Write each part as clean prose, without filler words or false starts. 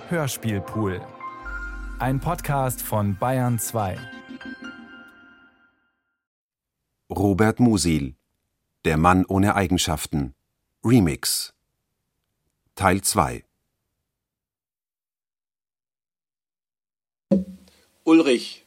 Hörspielpool. Ein Podcast von Bayern 2. Robert Musil, Der Mann ohne Eigenschaften. Remix. Teil 2. Ulrich.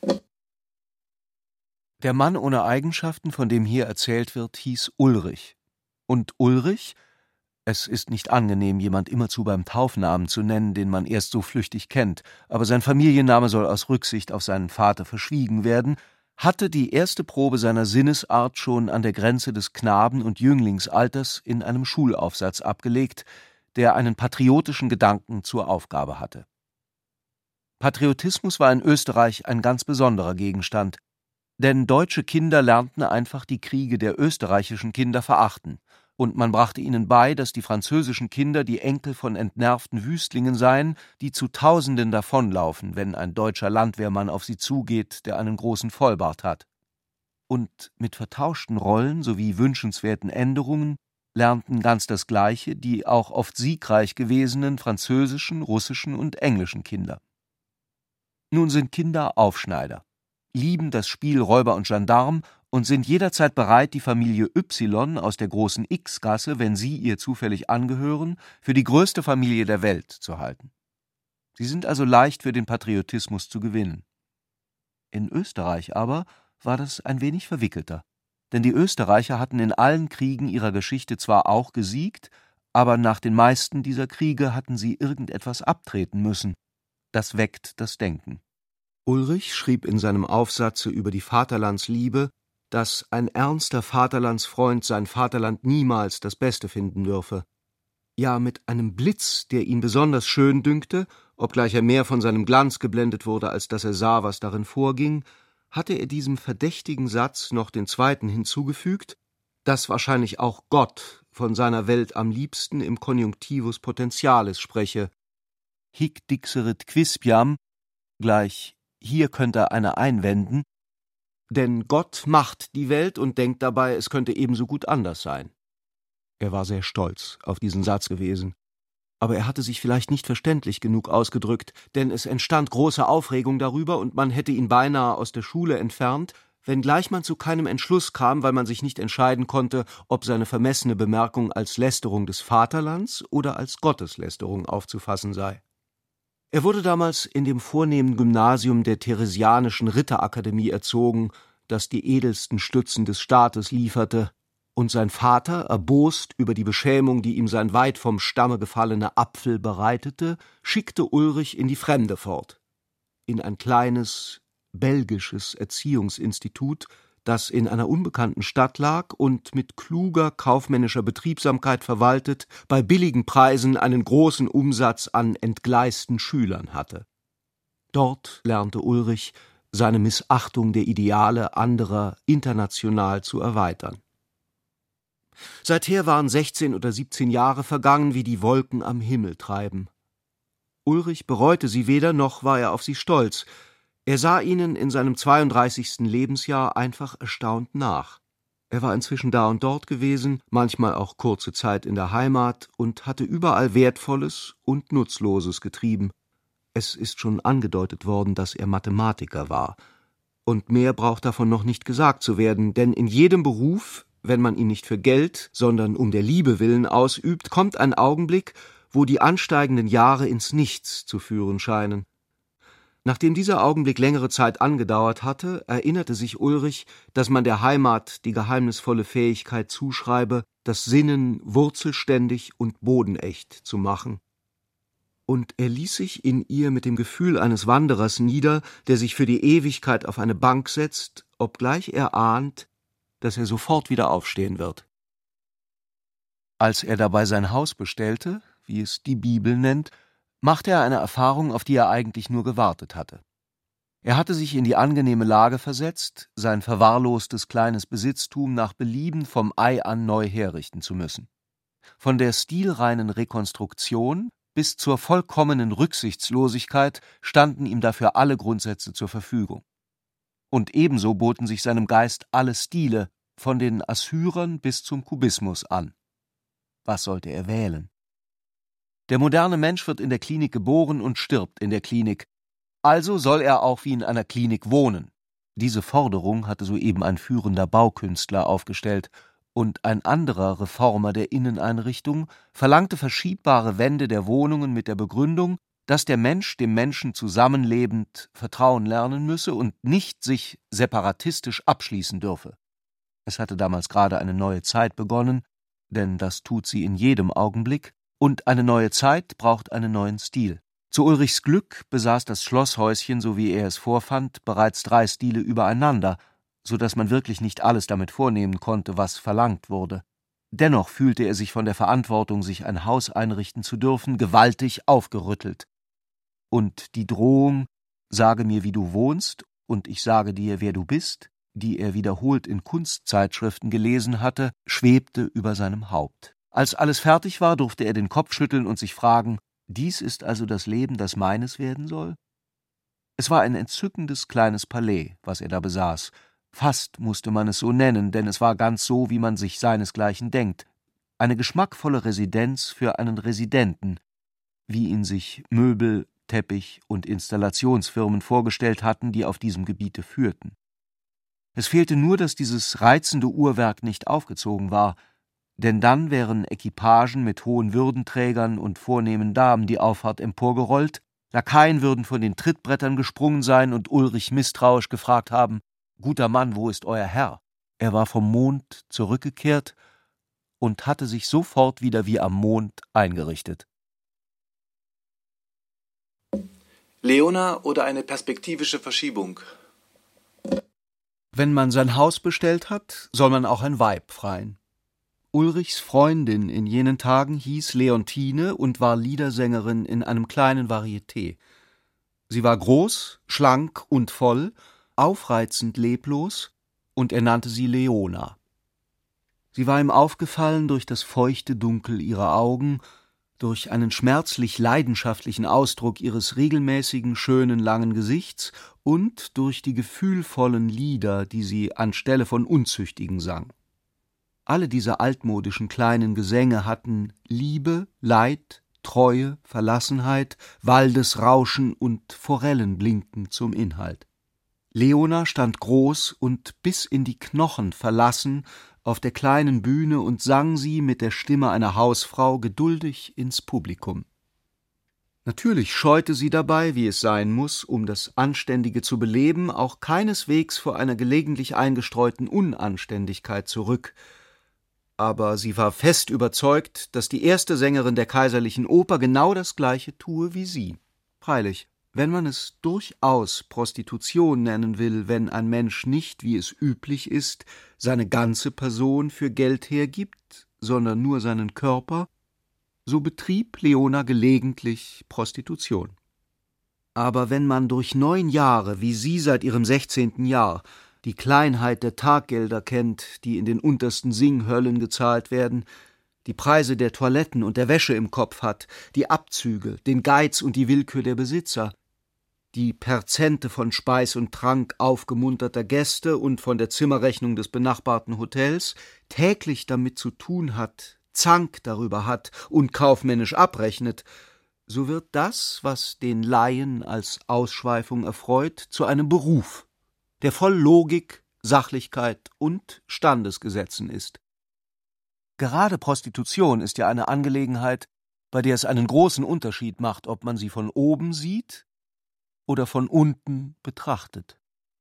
Der Mann ohne Eigenschaften, von dem hier erzählt wird, hieß Ulrich. Und Ulrich? Es ist nicht angenehm, jemand immerzu beim Taufnamen zu nennen, den man erst so flüchtig kennt, aber sein Familienname soll aus Rücksicht auf seinen Vater verschwiegen werden, hatte die erste Probe seiner Sinnesart schon an der Grenze des Knaben- und Jünglingsalters in einem Schulaufsatz abgelegt, der einen patriotischen Gedanken zur Aufgabe hatte. Patriotismus war in Österreich ein ganz besonderer Gegenstand, denn deutsche Kinder lernten einfach die Kriege der österreichischen Kinder verachten, und man brachte ihnen bei, dass die französischen Kinder die Enkel von entnervten Wüstlingen seien, die zu Tausenden davonlaufen, wenn ein deutscher Landwehrmann auf sie zugeht, der einen großen Vollbart hat. Und mit vertauschten Rollen sowie wünschenswerten Änderungen lernten ganz das Gleiche die auch oft siegreich gewesenen französischen, russischen und englischen Kinder. Nun sind Kinder Aufschneider, lieben das Spiel Räuber und Gendarm und sind jederzeit bereit, die Familie Y aus der großen X-Gasse, wenn sie ihr zufällig angehören, für die größte Familie der Welt zu halten. Sie sind also leicht für den Patriotismus zu gewinnen. In Österreich aber war das ein wenig verwickelter, denn die Österreicher hatten in allen Kriegen ihrer Geschichte zwar auch gesiegt, aber nach den meisten dieser Kriege hatten sie irgendetwas abtreten müssen. Das weckt das Denken. Ulrich schrieb in seinem Aufsatze über die Vaterlandsliebe, dass ein ernster Vaterlandsfreund sein Vaterland niemals das Beste finden dürfe. Ja, mit einem Blitz, der ihn besonders schön dünkte, obgleich er mehr von seinem Glanz geblendet wurde, als dass er sah, was darin vorging, hatte er diesem verdächtigen Satz noch den zweiten hinzugefügt, dass wahrscheinlich auch Gott von seiner Welt am liebsten im Konjunktivus Potentialis spreche. Hic dixerit quispiam, gleich hier könnte einer einwenden, denn Gott macht die Welt und denkt dabei, es könnte ebenso gut anders sein. Er war sehr stolz auf diesen Satz gewesen, aber er hatte sich vielleicht nicht verständlich genug ausgedrückt, denn es entstand große Aufregung darüber und man hätte ihn beinahe aus der Schule entfernt, wenngleich man zu keinem Entschluss kam, weil man sich nicht entscheiden konnte, ob seine vermessene Bemerkung als Lästerung des Vaterlands oder als Gotteslästerung aufzufassen sei. Er wurde damals in dem vornehmen Gymnasium der Theresianischen Ritterakademie erzogen, das die edelsten Stützen des Staates lieferte, und sein Vater, erbost über die Beschämung, die ihm sein weit vom Stamme gefallene Apfel bereitete, schickte Ulrich in die Fremde fort, in ein kleines, belgisches Erziehungsinstitut, das in einer unbekannten Stadt lag und mit kluger kaufmännischer Betriebsamkeit verwaltet, bei billigen Preisen einen großen Umsatz an entgleisten Schülern hatte. Dort lernte Ulrich, seine Missachtung der Ideale anderer international zu erweitern. Seither waren 16 oder 17 Jahre vergangen, wie die Wolken am Himmel treiben. Ulrich bereute sie weder, noch war er auf sie stolz. Er sah ihnen in seinem 32. Lebensjahr einfach erstaunt nach. Er war inzwischen da und dort gewesen, manchmal auch kurze Zeit in der Heimat und hatte überall Wertvolles und Nutzloses getrieben. Es ist schon angedeutet worden, dass er Mathematiker war. Und mehr braucht davon noch nicht gesagt zu werden, denn in jedem Beruf, wenn man ihn nicht für Geld, sondern um der Liebe willen ausübt, kommt ein Augenblick, wo die ansteigenden Jahre ins Nichts zu führen scheinen. Nachdem dieser Augenblick längere Zeit angedauert hatte, erinnerte sich Ulrich, dass man der Heimat die geheimnisvolle Fähigkeit zuschreibe, das Sinnen wurzelständig und bodenecht zu machen. Und er ließ sich in ihr mit dem Gefühl eines Wanderers nieder, der sich für die Ewigkeit auf eine Bank setzt, obgleich er ahnt, dass er sofort wieder aufstehen wird. Als er dabei sein Haus bestellte, wie es die Bibel nennt, machte er eine Erfahrung, auf die er eigentlich nur gewartet hatte. Er hatte sich in die angenehme Lage versetzt, sein verwahrlostes kleines Besitztum nach Belieben vom Ei an neu herrichten zu müssen. Von der stilreinen Rekonstruktion bis zur vollkommenen Rücksichtslosigkeit standen ihm dafür alle Grundsätze zur Verfügung. Und ebenso boten sich seinem Geist alle Stile, von den Assyrern bis zum Kubismus an. Was sollte er wählen? Der moderne Mensch wird in der Klinik geboren und stirbt in der Klinik. Also soll er auch wie in einer Klinik wohnen. Diese Forderung hatte soeben ein führender Baukünstler aufgestellt, und ein anderer Reformer der Inneneinrichtung verlangte verschiebbare Wände der Wohnungen mit der Begründung, dass der Mensch dem Menschen zusammenlebend vertrauen lernen müsse und nicht sich separatistisch abschließen dürfe. Es hatte damals gerade eine neue Zeit begonnen, denn das tut sie in jedem Augenblick, und eine neue Zeit braucht einen neuen Stil. Zu Ulrichs Glück besaß das Schlosshäuschen, so wie er es vorfand, bereits 3 Stile übereinander, so dass man wirklich nicht alles damit vornehmen konnte, was verlangt wurde. Dennoch fühlte er sich von der Verantwortung, sich ein Haus einrichten zu dürfen, gewaltig aufgerüttelt. Und die Drohung, »Sage mir, wie du wohnst, und ich sage dir, wer du bist«, die er wiederholt in Kunstzeitschriften gelesen hatte, schwebte über seinem Haupt. Als alles fertig war, durfte er den Kopf schütteln und sich fragen, dies ist also das Leben, das meines werden soll? Es war ein entzückendes kleines Palais, was er da besaß. Fast musste man es so nennen, denn es war ganz so, wie man sich seinesgleichen denkt. Eine geschmackvolle Residenz für einen Residenten, wie ihn sich Möbel-, Teppich- und Installationsfirmen vorgestellt hatten, die auf diesem Gebiete führten. Es fehlte nur, dass dieses reizende Uhrwerk nicht aufgezogen war, denn dann wären Equipagen mit hohen Würdenträgern und vornehmen Damen die Auffahrt emporgerollt, Lakaien würden von den Trittbrettern gesprungen sein und Ulrich misstrauisch gefragt haben, »Guter Mann, wo ist euer Herr?« Er war vom Mond zurückgekehrt und hatte sich sofort wieder wie am Mond eingerichtet. Leona oder eine perspektivische Verschiebung? Wenn man sein Haus bestellt hat, soll man auch ein Weib freien. Ulrichs Freundin in jenen Tagen hieß Leontine und war Liedersängerin in einem kleinen Varieté. Sie war groß, schlank und voll, aufreizend leblos, und er nannte sie Leona. Sie war ihm aufgefallen durch das feuchte Dunkel ihrer Augen, durch einen schmerzlich leidenschaftlichen Ausdruck ihres regelmäßigen, schönen, langen Gesichts und durch die gefühlvollen Lieder, die sie anstelle von unzüchtigen sang. Alle diese altmodischen kleinen Gesänge hatten Liebe, Leid, Treue, Verlassenheit, Waldesrauschen und Forellenblinken zum Inhalt. Leona stand groß und bis in die Knochen verlassen auf der kleinen Bühne und sang sie mit der Stimme einer Hausfrau geduldig ins Publikum. Natürlich scheute sie dabei, wie es sein muß, um das Anständige zu beleben, auch keineswegs vor einer gelegentlich eingestreuten Unanständigkeit zurück. Aber sie war fest überzeugt, dass die erste Sängerin der Kaiserlichen Oper genau das Gleiche tue wie sie. Freilich, wenn man es durchaus Prostitution nennen will, wenn ein Mensch nicht, wie es üblich ist, seine ganze Person für Geld hergibt, sondern nur seinen Körper, so betrieb Leona gelegentlich Prostitution. Aber wenn man durch 9 Jahre, wie sie seit ihrem 16. Jahr, die Kleinheit der Taggelder kennt, die in den untersten Singhöllen gezahlt werden, die Preise der Toiletten und der Wäsche im Kopf hat, die Abzüge, den Geiz und die Willkür der Besitzer, die Perzente von Speis und Trank aufgemunterter Gäste und von der Zimmerrechnung des benachbarten Hotels, täglich damit zu tun hat, Zank darüber hat und kaufmännisch abrechnet, so wird das, was den Laien als Ausschweifung erfreut, zu einem Beruf, der voll Logik, Sachlichkeit und Standesgesetzen ist. Gerade Prostitution ist ja eine Angelegenheit, bei der es einen großen Unterschied macht, ob man sie von oben sieht oder von unten betrachtet.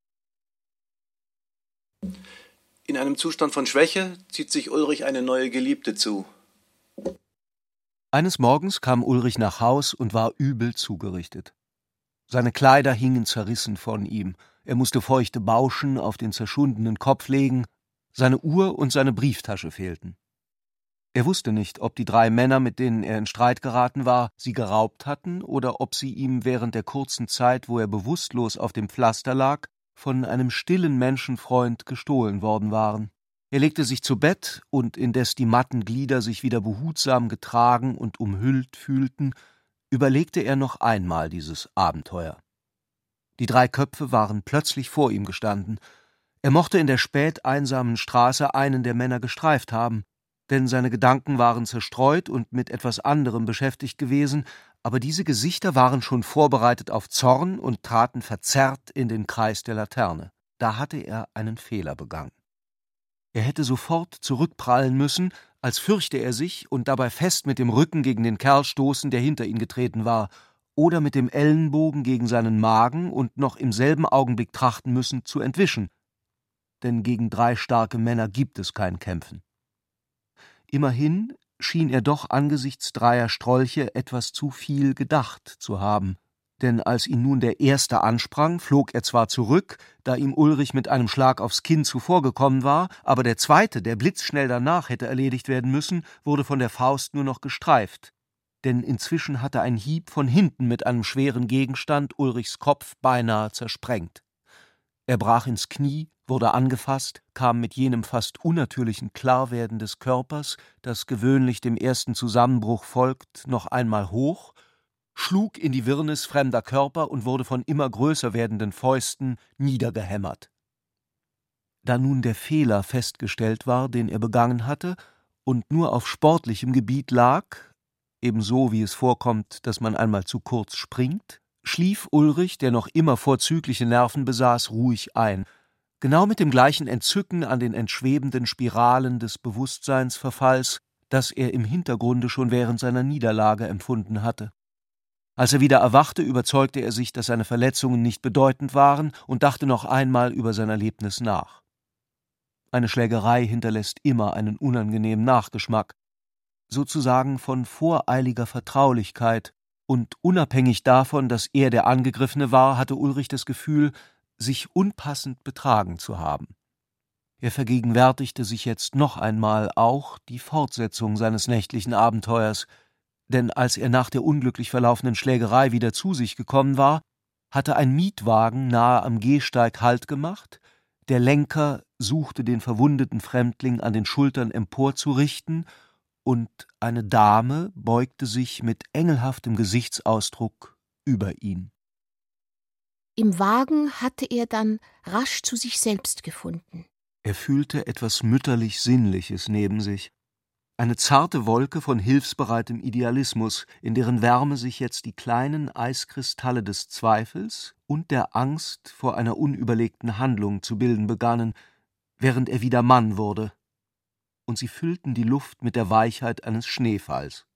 In einem Zustand von Schwäche zieht sich Ulrich eine neue Geliebte zu. Eines Morgens kam Ulrich nach Haus und war übel zugerichtet. Seine Kleider hingen zerrissen von ihm, er musste feuchte Bauschen auf den zerschundenen Kopf legen, seine Uhr und seine Brieftasche fehlten. Er wusste nicht, ob die 3 Männer, mit denen er in Streit geraten war, sie geraubt hatten oder ob sie ihm während der kurzen Zeit, wo er bewusstlos auf dem Pflaster lag, von einem stillen Menschenfreund gestohlen worden waren. Er legte sich zu Bett, und indes die matten Glieder sich wieder behutsam getragen und umhüllt fühlten, überlegte er noch einmal dieses Abenteuer. Die 3 Köpfe waren plötzlich vor ihm gestanden. Er mochte in der spät einsamen Straße einen der Männer gestreift haben. denn seine Gedanken waren zerstreut und mit etwas anderem beschäftigt gewesen, aber diese Gesichter waren schon vorbereitet auf Zorn und traten verzerrt in den Kreis der Laterne. Da hatte er einen Fehler begangen. Er hätte sofort zurückprallen müssen, als fürchte er sich und dabei fest mit dem Rücken gegen den Kerl stoßen, der hinter ihn getreten war, oder mit dem Ellenbogen gegen seinen Magen und noch im selben Augenblick trachten müssen, zu entwischen. Denn gegen 3 starke Männer gibt es kein Kämpfen. Immerhin schien er doch angesichts 3 Strolche etwas zu viel gedacht zu haben, denn als ihn nun der Erste ansprang, flog er zwar zurück, da ihm Ulrich mit einem Schlag aufs Kinn zuvorgekommen war, aber der Zweite, der blitzschnell danach hätte erledigt werden müssen, wurde von der Faust nur noch gestreift, denn inzwischen hatte ein Hieb von hinten mit einem schweren Gegenstand Ulrichs Kopf beinahe zersprengt. Er brach ins Knie, wurde angefasst, kam mit jenem fast unnatürlichen Klarwerden des Körpers, das gewöhnlich dem ersten Zusammenbruch folgt, noch einmal hoch, schlug in die Wirrnis fremder Körper und wurde von immer größer werdenden Fäusten niedergehämmert. Da nun der Fehler festgestellt war, den er begangen hatte, und nur auf sportlichem Gebiet lag, ebenso wie es vorkommt, dass man einmal zu kurz springt, schlief Ulrich, der noch immer vorzügliche Nerven besaß, ruhig ein, genau mit dem gleichen Entzücken an den entschwebenden Spiralen des Bewusstseinsverfalls, das er im Hintergrunde schon während seiner Niederlage empfunden hatte. Als er wieder erwachte, überzeugte er sich, dass seine Verletzungen nicht bedeutend waren und dachte noch einmal über sein Erlebnis nach. Eine Schlägerei hinterlässt immer einen unangenehmen Nachgeschmack, sozusagen von voreiliger Vertraulichkeit, und unabhängig davon, dass er der Angegriffene war, hatte Ulrich das Gefühl, sich unpassend betragen zu haben. Er vergegenwärtigte sich jetzt noch einmal auch die Fortsetzung seines nächtlichen Abenteuers, denn als er nach der unglücklich verlaufenden Schlägerei wieder zu sich gekommen war, hatte ein Mietwagen nahe am Gehsteig Halt gemacht, der Lenker suchte den verwundeten Fremdling an den Schultern emporzurichten, und eine Dame beugte sich mit engelhaftem Gesichtsausdruck über ihn. Im Wagen hatte er dann rasch zu sich selbst gefunden. Er fühlte etwas mütterlich-Sinnliches neben sich. Eine zarte Wolke von hilfsbereitem Idealismus, in deren Wärme sich jetzt die kleinen Eiskristalle des Zweifels und der Angst vor einer unüberlegten Handlung zu bilden begannen, während er wieder Mann wurde, und sie füllten die Luft mit der Weichheit eines Schneefalls.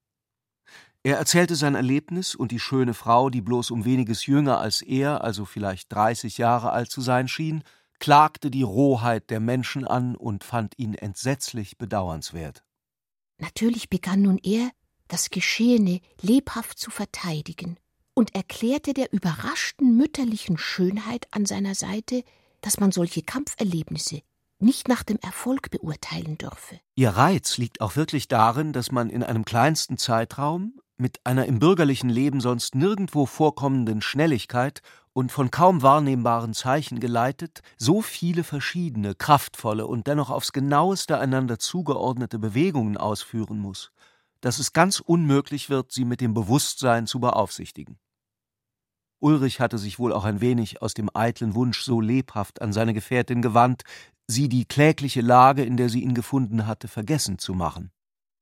Er erzählte sein Erlebnis, und die schöne Frau, die bloß um weniges jünger als er, also vielleicht 30 Jahre alt zu sein schien, klagte die Rohheit der Menschen an und fand ihn entsetzlich bedauernswert. Natürlich begann nun er, das Geschehene lebhaft zu verteidigen und erklärte der überraschten mütterlichen Schönheit an seiner Seite, dass man solche Kampferlebnisse nicht nach dem Erfolg beurteilen dürfe. Ihr Reiz liegt auch wirklich darin, dass man in einem kleinsten Zeitraum mit einer im bürgerlichen Leben sonst nirgendwo vorkommenden Schnelligkeit und von kaum wahrnehmbaren Zeichen geleitet, so viele verschiedene, kraftvolle und dennoch aufs genaueste einander zugeordnete Bewegungen ausführen muss, dass es ganz unmöglich wird, sie mit dem Bewusstsein zu beaufsichtigen. Ulrich hatte sich wohl auch ein wenig aus dem eitlen Wunsch so lebhaft an seine Gefährtin gewandt, sie die klägliche Lage, in der sie ihn gefunden hatte, vergessen zu machen.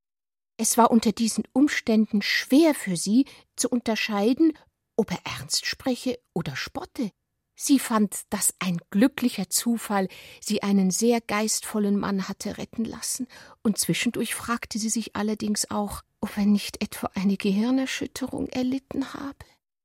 Es war unter diesen Umständen schwer für sie zu unterscheiden, ob er ernst spreche oder spotte. Sie fand, dass ein glücklicher Zufall sie einen sehr geistvollen Mann hatte retten lassen, und zwischendurch fragte sie sich allerdings auch, ob er nicht etwa eine Gehirnerschütterung erlitten habe.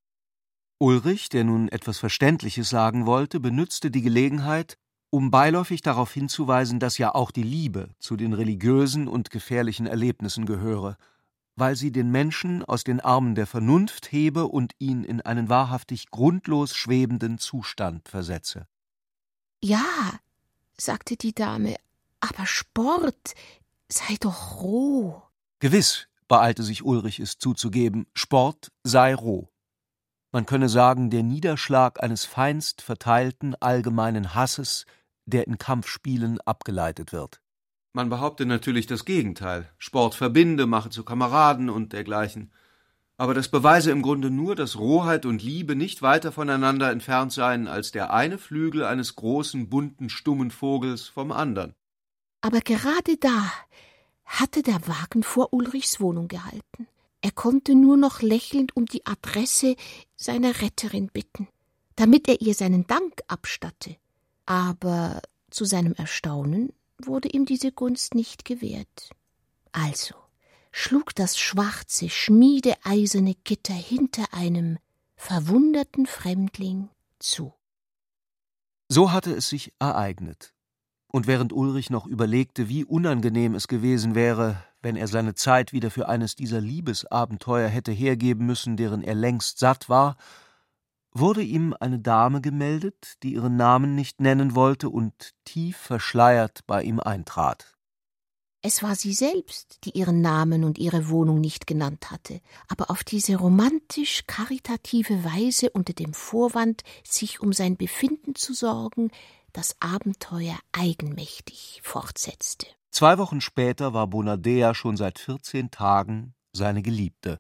Ulrich, der nun etwas Verständliches sagen wollte, benützte die Gelegenheit, um beiläufig darauf hinzuweisen, dass ja auch die Liebe zu den religiösen und gefährlichen Erlebnissen gehöre, weil sie den Menschen aus den Armen der Vernunft hebe und ihn in einen wahrhaftig grundlos schwebenden Zustand versetze. Ja, sagte die Dame, aber Sport sei doch roh. Gewiss, beeilte sich Ulrich es zuzugeben, Sport sei roh. Man könne sagen, der Niederschlag eines feinst verteilten allgemeinen Hasses, der in Kampfspielen abgeleitet wird. Man behaupte natürlich das Gegenteil. Sport verbinde, mache zu Kameraden und dergleichen. Aber das beweise im Grunde nur, dass Rohheit und Liebe nicht weiter voneinander entfernt seien als der eine Flügel eines großen, bunten, stummen Vogels vom andern. Aber gerade da hatte der Wagen vor Ulrichs Wohnung gehalten. Er konnte nur noch lächelnd um die Adresse seiner Retterin bitten, damit er ihr seinen Dank abstatte. Aber zu seinem Erstaunen wurde ihm diese Gunst nicht gewährt. Also schlug das schwarze, schmiedeeiserne Gitter hinter einem verwunderten Fremdling zu. So hatte es sich ereignet. Und während Ulrich noch überlegte, wie unangenehm es gewesen wäre, wenn er seine Zeit wieder für eines dieser Liebesabenteuer hätte hergeben müssen, deren er längst satt war, wurde ihm eine Dame gemeldet, die ihren Namen nicht nennen wollte und tief verschleiert bei ihm eintrat. Es war sie selbst, die ihren Namen und ihre Wohnung nicht genannt hatte, aber auf diese romantisch-karitative Weise unter dem Vorwand, sich um sein Befinden zu sorgen, das Abenteuer eigenmächtig fortsetzte. 2 Wochen später war Bonadea schon seit 14 Tagen seine Geliebte.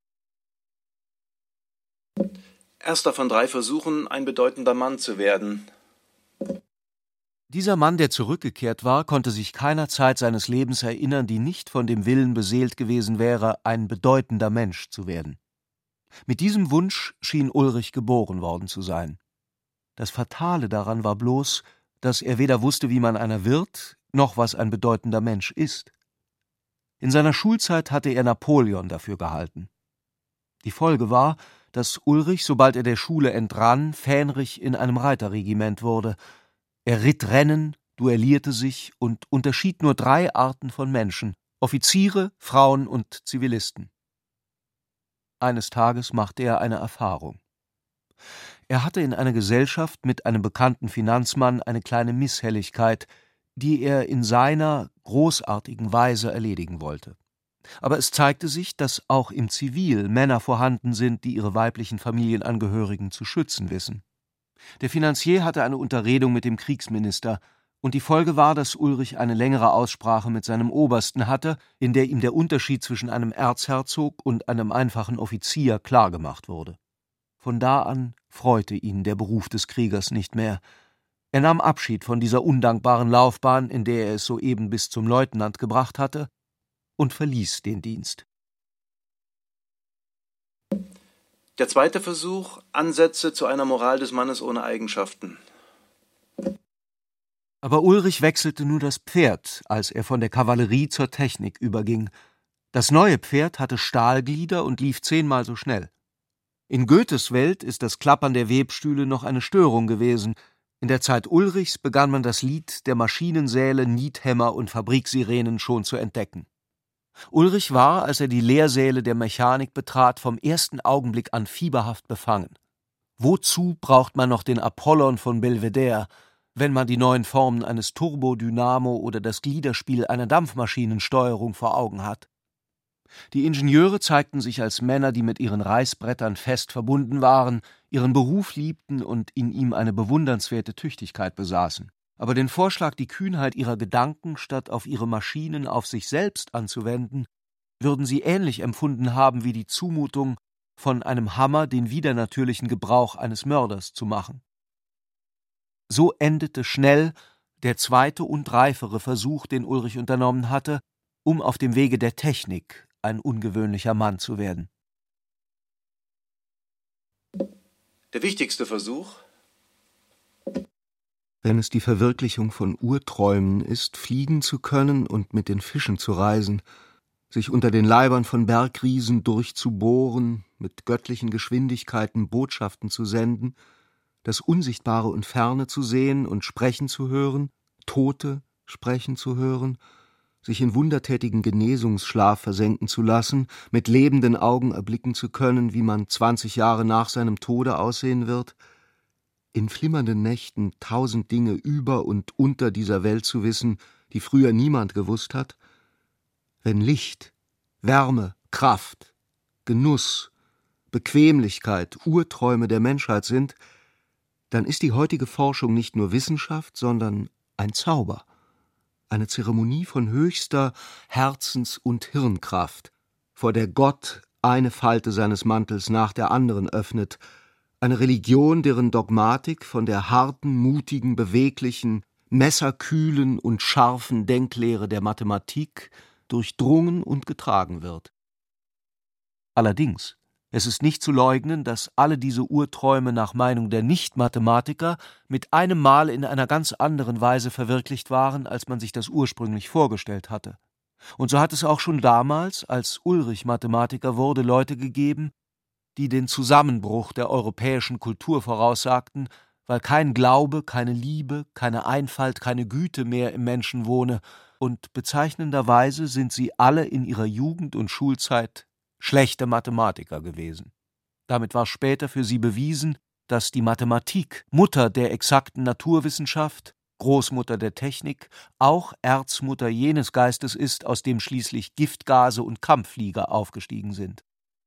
Erster von 3 Versuchen, ein bedeutender Mann zu werden. Dieser Mann, der zurückgekehrt war, konnte sich keiner Zeit seines Lebens erinnern, die nicht von dem Willen beseelt gewesen wäre, ein bedeutender Mensch zu werden. Mit diesem Wunsch schien Ulrich geboren worden zu sein. Das Fatale daran war bloß, dass er weder wusste, wie man einer wird, noch was ein bedeutender Mensch ist. In seiner Schulzeit hatte er Napoleon dafür gehalten. Die Folge war, dass Ulrich, sobald er der Schule entrann, Fähnrich in einem Reiterregiment wurde. Er ritt Rennen, duellierte sich und unterschied nur 3 Arten von Menschen: Offiziere, Frauen und Zivilisten. Eines Tages machte er eine Erfahrung. Er hatte in einer Gesellschaft mit einem bekannten Finanzmann eine kleine Misshelligkeit, die er in seiner großartigen Weise erledigen wollte. Aber es zeigte sich, dass auch im Zivil Männer vorhanden sind, die ihre weiblichen Familienangehörigen zu schützen wissen. Der Finanzier hatte eine Unterredung mit dem Kriegsminister, und die Folge war, dass Ulrich eine längere Aussprache mit seinem Obersten hatte, in der ihm der Unterschied zwischen einem Erzherzog und einem einfachen Offizier klargemacht wurde. Von da an freute ihn der Beruf des Kriegers nicht mehr. Er nahm Abschied von dieser undankbaren Laufbahn, in der er es soeben bis zum Leutnant gebracht hatte, und verließ den Dienst. Der zweite Versuch, Ansätze zu einer Moral des Mannes ohne Eigenschaften. Aber Ulrich wechselte nur das Pferd, als er von der Kavallerie zur Technik überging. Das neue Pferd hatte Stahlglieder und lief 10-mal so schnell. In Goethes Welt ist das Klappern der Webstühle noch eine Störung gewesen. In der Zeit Ulrichs begann man das Lied der Maschinensäle, Niethämmer und Fabriksirenen schon zu entdecken. Ulrich war, als er die Lehrsäle der Mechanik betrat, vom ersten Augenblick an fieberhaft befangen. Wozu braucht man noch den Apollon von Belvedere, wenn man die neuen Formen eines Turbodynamo oder das Gliederspiel einer Dampfmaschinensteuerung vor Augen hat? Die Ingenieure zeigten sich als Männer, die mit ihren Reißbrettern fest verbunden waren, ihren Beruf liebten und in ihm eine bewundernswerte Tüchtigkeit besaßen. Aber den Vorschlag, die Kühnheit ihrer Gedanken statt auf ihre Maschinen auf sich selbst anzuwenden, würden sie ähnlich empfunden haben wie die Zumutung, von einem Hammer den widernatürlichen Gebrauch eines Mörders zu machen. So endete schnell der zweite und reifere Versuch, den Ulrich unternommen hatte, um auf dem Wege der Technik ein ungewöhnlicher Mann zu werden. Der wichtigste Versuch. Wenn es die Verwirklichung von Urträumen ist, fliegen zu können und mit den Fischen zu reisen, sich unter den Leibern von Bergriesen durchzubohren, mit göttlichen Geschwindigkeiten Botschaften zu senden, das Unsichtbare und Ferne zu sehen und sprechen zu hören, Tote sprechen zu hören, sich in wundertätigen Genesungsschlaf versenken zu lassen, mit lebenden Augen erblicken zu können, wie man 20 Jahre nach seinem Tode aussehen wird, in flimmernden Nächten 1000 Dinge über und unter dieser Welt zu wissen, die früher niemand gewusst hat? Wenn Licht, Wärme, Kraft, Genuss, Bequemlichkeit Urträume der Menschheit sind, dann ist die heutige Forschung nicht nur Wissenschaft, sondern ein Zauber, eine Zeremonie von höchster Herzens- und Hirnkraft, vor der Gott eine Falte seines Mantels nach der anderen öffnet, eine Religion, deren Dogmatik von der harten, mutigen, beweglichen, messerkühlen und scharfen Denklehre der Mathematik durchdrungen und getragen wird. Allerdings, es ist nicht zu leugnen, dass alle diese Urträume nach Meinung der Nicht-Mathematiker mit einem Mal in einer ganz anderen Weise verwirklicht waren, als man sich das ursprünglich vorgestellt hatte. Und so hat es auch schon damals, als Ulrich Mathematiker wurde, Leute gegeben, die den Zusammenbruch der europäischen Kultur voraussagten, weil kein Glaube, keine Liebe, keine Einfalt, keine Güte mehr im Menschen wohne, und bezeichnenderweise sind sie alle in ihrer Jugend und Schulzeit schlechte Mathematiker gewesen. Damit war später für sie bewiesen, dass die Mathematik, Mutter der exakten Naturwissenschaft, Großmutter der Technik, auch Erzmutter jenes Geistes ist, aus dem schließlich Giftgase und Kampfflieger aufgestiegen sind.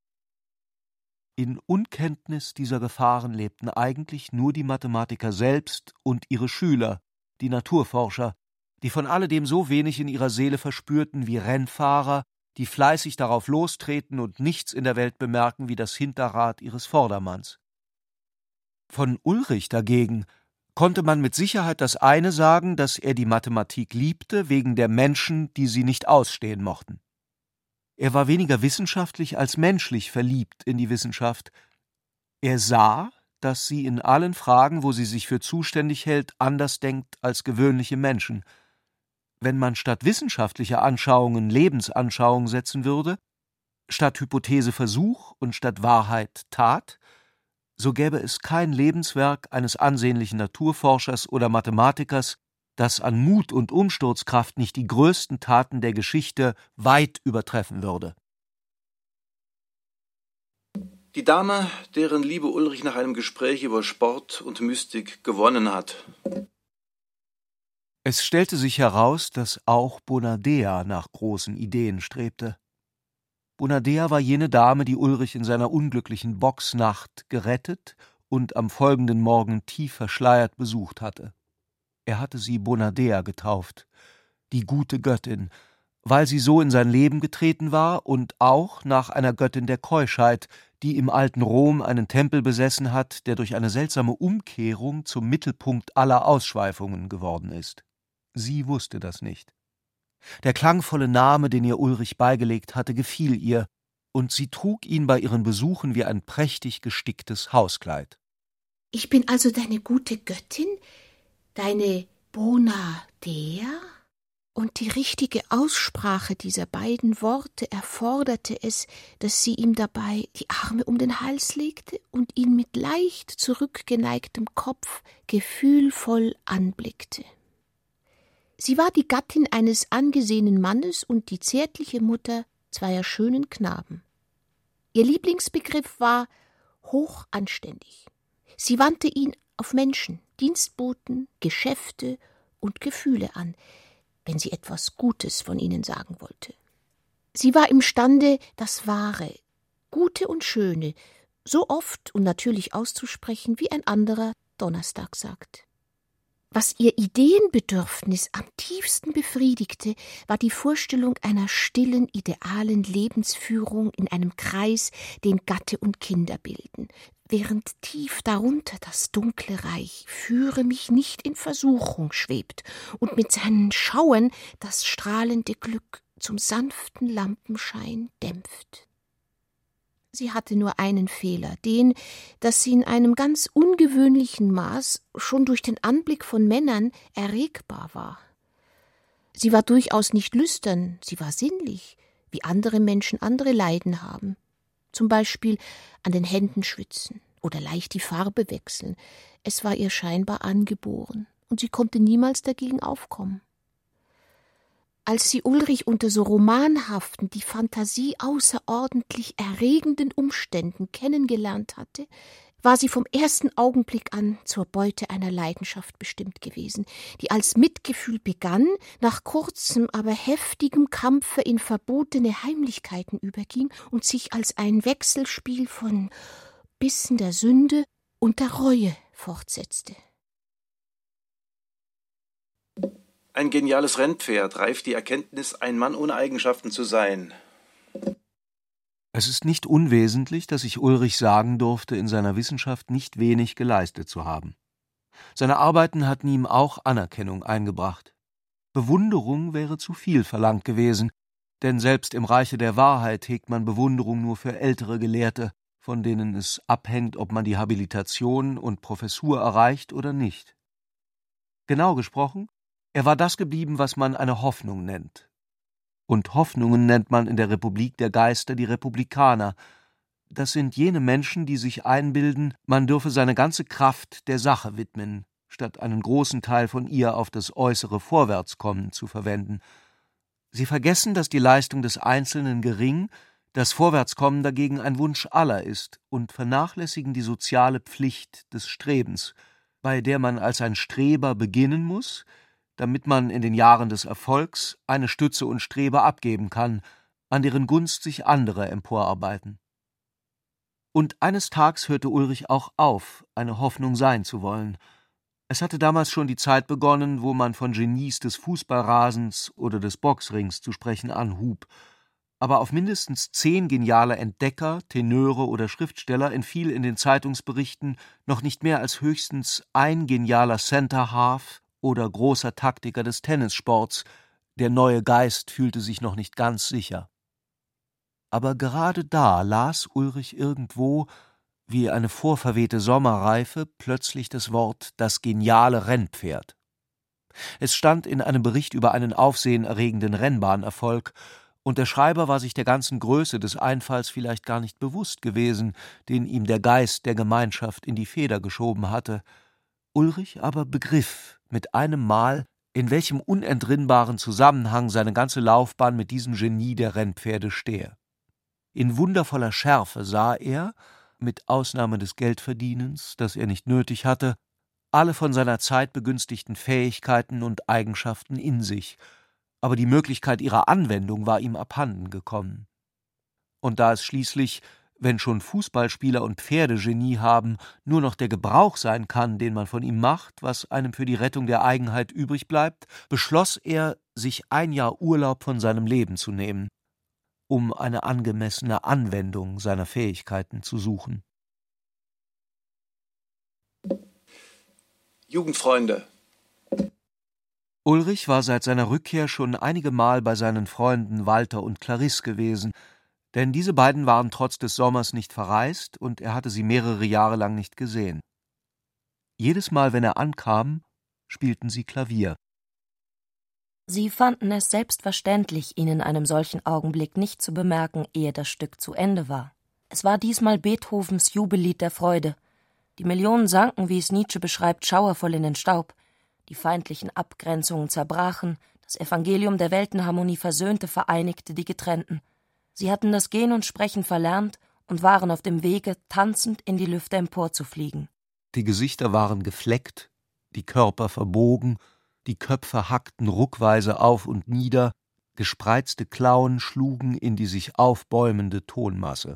In Unkenntnis dieser Gefahren lebten eigentlich nur die Mathematiker selbst und ihre Schüler, die Naturforscher, die von alledem so wenig in ihrer Seele verspürten wie Rennfahrer, die fleißig darauf lostreten und nichts in der Welt bemerken wie das Hinterrad ihres Vordermanns. Von Ulrich dagegen konnte man mit Sicherheit das eine sagen, dass er die Mathematik liebte, wegen der Menschen, die sie nicht ausstehen mochten. Er war weniger wissenschaftlich als menschlich verliebt in die Wissenschaft. Er sah, dass sie in allen Fragen, wo sie sich für zuständig hält, anders denkt als gewöhnliche Menschen. Wenn man statt wissenschaftlicher Anschauungen Lebensanschauung setzen würde, statt Hypothese Versuch und statt Wahrheit Tat, so gäbe es kein Lebenswerk eines ansehnlichen Naturforschers oder Mathematikers, das an Mut und Umsturzkraft nicht die größten Taten der Geschichte weit übertreffen würde. Die Dame, deren Liebe Ulrich nach einem Gespräch über Sport und Mystik gewonnen hat. Es stellte sich heraus, dass auch Bonadea nach großen Ideen strebte. Bonadea war jene Dame, die Ulrich in seiner unglücklichen Boxnacht gerettet und am folgenden Morgen tief verschleiert besucht hatte. Er hatte sie Bonadea getauft, die gute Göttin, weil sie so in sein Leben getreten war und auch nach einer Göttin der Keuschheit, die im alten Rom einen Tempel besessen hat, der durch eine seltsame Umkehrung zum Mittelpunkt aller Ausschweifungen geworden ist. Sie wusste das nicht. Der klangvolle Name, den ihr Ulrich beigelegt hatte, gefiel ihr, und sie trug ihn bei ihren Besuchen wie ein prächtig gesticktes Hauskleid. »Ich bin also deine gute Göttin, deine Bonadea?« Und die richtige Aussprache dieser beiden Worte erforderte es, dass sie ihm dabei die Arme um den Hals legte und ihn mit leicht zurückgeneigtem Kopf gefühlvoll anblickte. Sie war die Gattin eines angesehenen Mannes und die zärtliche Mutter zweier schönen Knaben. Ihr Lieblingsbegriff war hochanständig. Sie wandte ihn auf Menschen, Dienstboten, Geschäfte und Gefühle an, wenn sie etwas Gutes von ihnen sagen wollte. Sie war imstande, das Wahre, Gute und Schöne so oft und natürlich auszusprechen, wie ein anderer Donnerstag sagt. Was ihr Ideenbedürfnis am tiefsten befriedigte, war die Vorstellung einer stillen, idealen Lebensführung in einem Kreis, den Gatte und Kinder bilden, während tief darunter das dunkle Reich Führe mich nicht in Versuchung schwebt und mit seinen Schauern das strahlende Glück zum sanften Lampenschein dämpft. Sie hatte nur einen Fehler, den, dass sie in einem ganz ungewöhnlichen Maß schon durch den Anblick von Männern erregbar war. Sie war durchaus nicht lüstern, sie war sinnlich, wie andere Menschen andere Leiden haben. Zum Beispiel an den Händen schwitzen oder leicht die Farbe wechseln. Es war ihr scheinbar angeboren, und sie konnte niemals dagegen aufkommen. Als sie Ulrich unter so romanhaften, die Fantasie außerordentlich erregenden Umständen kennengelernt hatte, war sie vom ersten Augenblick an zur Beute einer Leidenschaft bestimmt gewesen, die als Mitgefühl begann, nach kurzem, aber heftigem Kampfe in verbotene Heimlichkeiten überging und sich als ein Wechselspiel von Bissen der Sünde und der Reue fortsetzte. Ein geniales Rennpferd reift die Erkenntnis, ein Mann ohne Eigenschaften zu sein. Es ist nicht unwesentlich, dass ich Ulrich sagen durfte, in seiner Wissenschaft nicht wenig geleistet zu haben. Seine Arbeiten hatten ihm auch Anerkennung eingebracht. Bewunderung wäre zu viel verlangt gewesen, Denn selbst im Reiche der Wahrheit hegt man Bewunderung nur für ältere Gelehrte, von denen es abhängt, ob man die Habilitation und Professur erreicht oder nicht. Genau gesprochen, er war das geblieben, was man eine Hoffnung nennt. Und Hoffnungen nennt man in der Republik der Geister die Republikaner. Das sind jene Menschen, die sich einbilden, man dürfe seine ganze Kraft der Sache widmen, statt einen großen Teil von ihr auf das äußere Vorwärtskommen zu verwenden. Sie vergessen, dass die Leistung des Einzelnen gering, das Vorwärtskommen dagegen ein Wunsch aller ist, und vernachlässigen die soziale Pflicht des Strebens, bei der man als ein Streber beginnen muss, damit man in den Jahren des Erfolgs eine Stütze und Streber abgeben kann, an deren Gunst sich andere emporarbeiten. Und eines Tags hörte Ulrich auch auf, eine Hoffnung sein zu wollen. Es hatte damals schon die Zeit begonnen, wo man von Genies des Fußballrasens oder des Boxrings zu sprechen anhub, aber auf mindestens 10 geniale Entdecker, Tenöre oder Schriftsteller entfiel in den Zeitungsberichten noch nicht mehr als höchstens ein genialer Center-Half oder großer Taktiker des Tennissports. Der neue Geist fühlte sich noch nicht ganz sicher. Aber gerade da las Ulrich irgendwo, wie eine vorverwehte Sommerreife, plötzlich das Wort »das geniale Rennpferd«. Es stand in einem Bericht über einen aufsehenerregenden Rennbahnerfolg, und der Schreiber war sich der ganzen Größe des Einfalls vielleicht gar nicht bewusst gewesen, den ihm der Geist der Gemeinschaft in die Feder geschoben hatte. Ulrich aber begriff mit einem Mal, in welchem unentrinnbaren Zusammenhang seine ganze Laufbahn mit diesem Genie der Rennpferde stehe. In wundervoller Schärfe sah er, mit Ausnahme des Geldverdienens, das er nicht nötig hatte, alle von seiner Zeit begünstigten Fähigkeiten und Eigenschaften in sich, aber die Möglichkeit ihrer Anwendung war ihm abhanden gekommen. Und da es schließlich, wenn schon Fußballspieler und Pferdegenie haben, nur noch der Gebrauch sein kann, den man von ihm macht, was einem für die Rettung der Eigenheit übrig bleibt, beschloss er, sich ein Jahr Urlaub von seinem Leben zu nehmen, um eine angemessene Anwendung seiner Fähigkeiten zu suchen. Jugendfreunde. Ulrich war seit seiner Rückkehr schon einige Mal bei seinen Freunden Walter und Clarisse gewesen, denn diese beiden waren trotz des Sommers nicht verreist und er hatte sie mehrere Jahre lang nicht gesehen. Jedes Mal, wenn er ankam, spielten sie Klavier. Sie fanden es selbstverständlich, ihn in einem solchen Augenblick nicht zu bemerken, ehe das Stück zu Ende war. Es war diesmal Beethovens Jubellied der Freude. Die Millionen sanken, wie es Nietzsche beschreibt, schauervoll in den Staub. Die feindlichen Abgrenzungen zerbrachen, das Evangelium der Weltenharmonie versöhnte, vereinigte die Getrennten. Sie hatten das Gehen und Sprechen verlernt und waren auf dem Wege, tanzend in die Lüfte emporzufliegen. Die Gesichter waren gefleckt, die Körper verbogen, die Köpfe hackten ruckweise auf und nieder, gespreizte Klauen schlugen in die sich aufbäumende Tonmasse.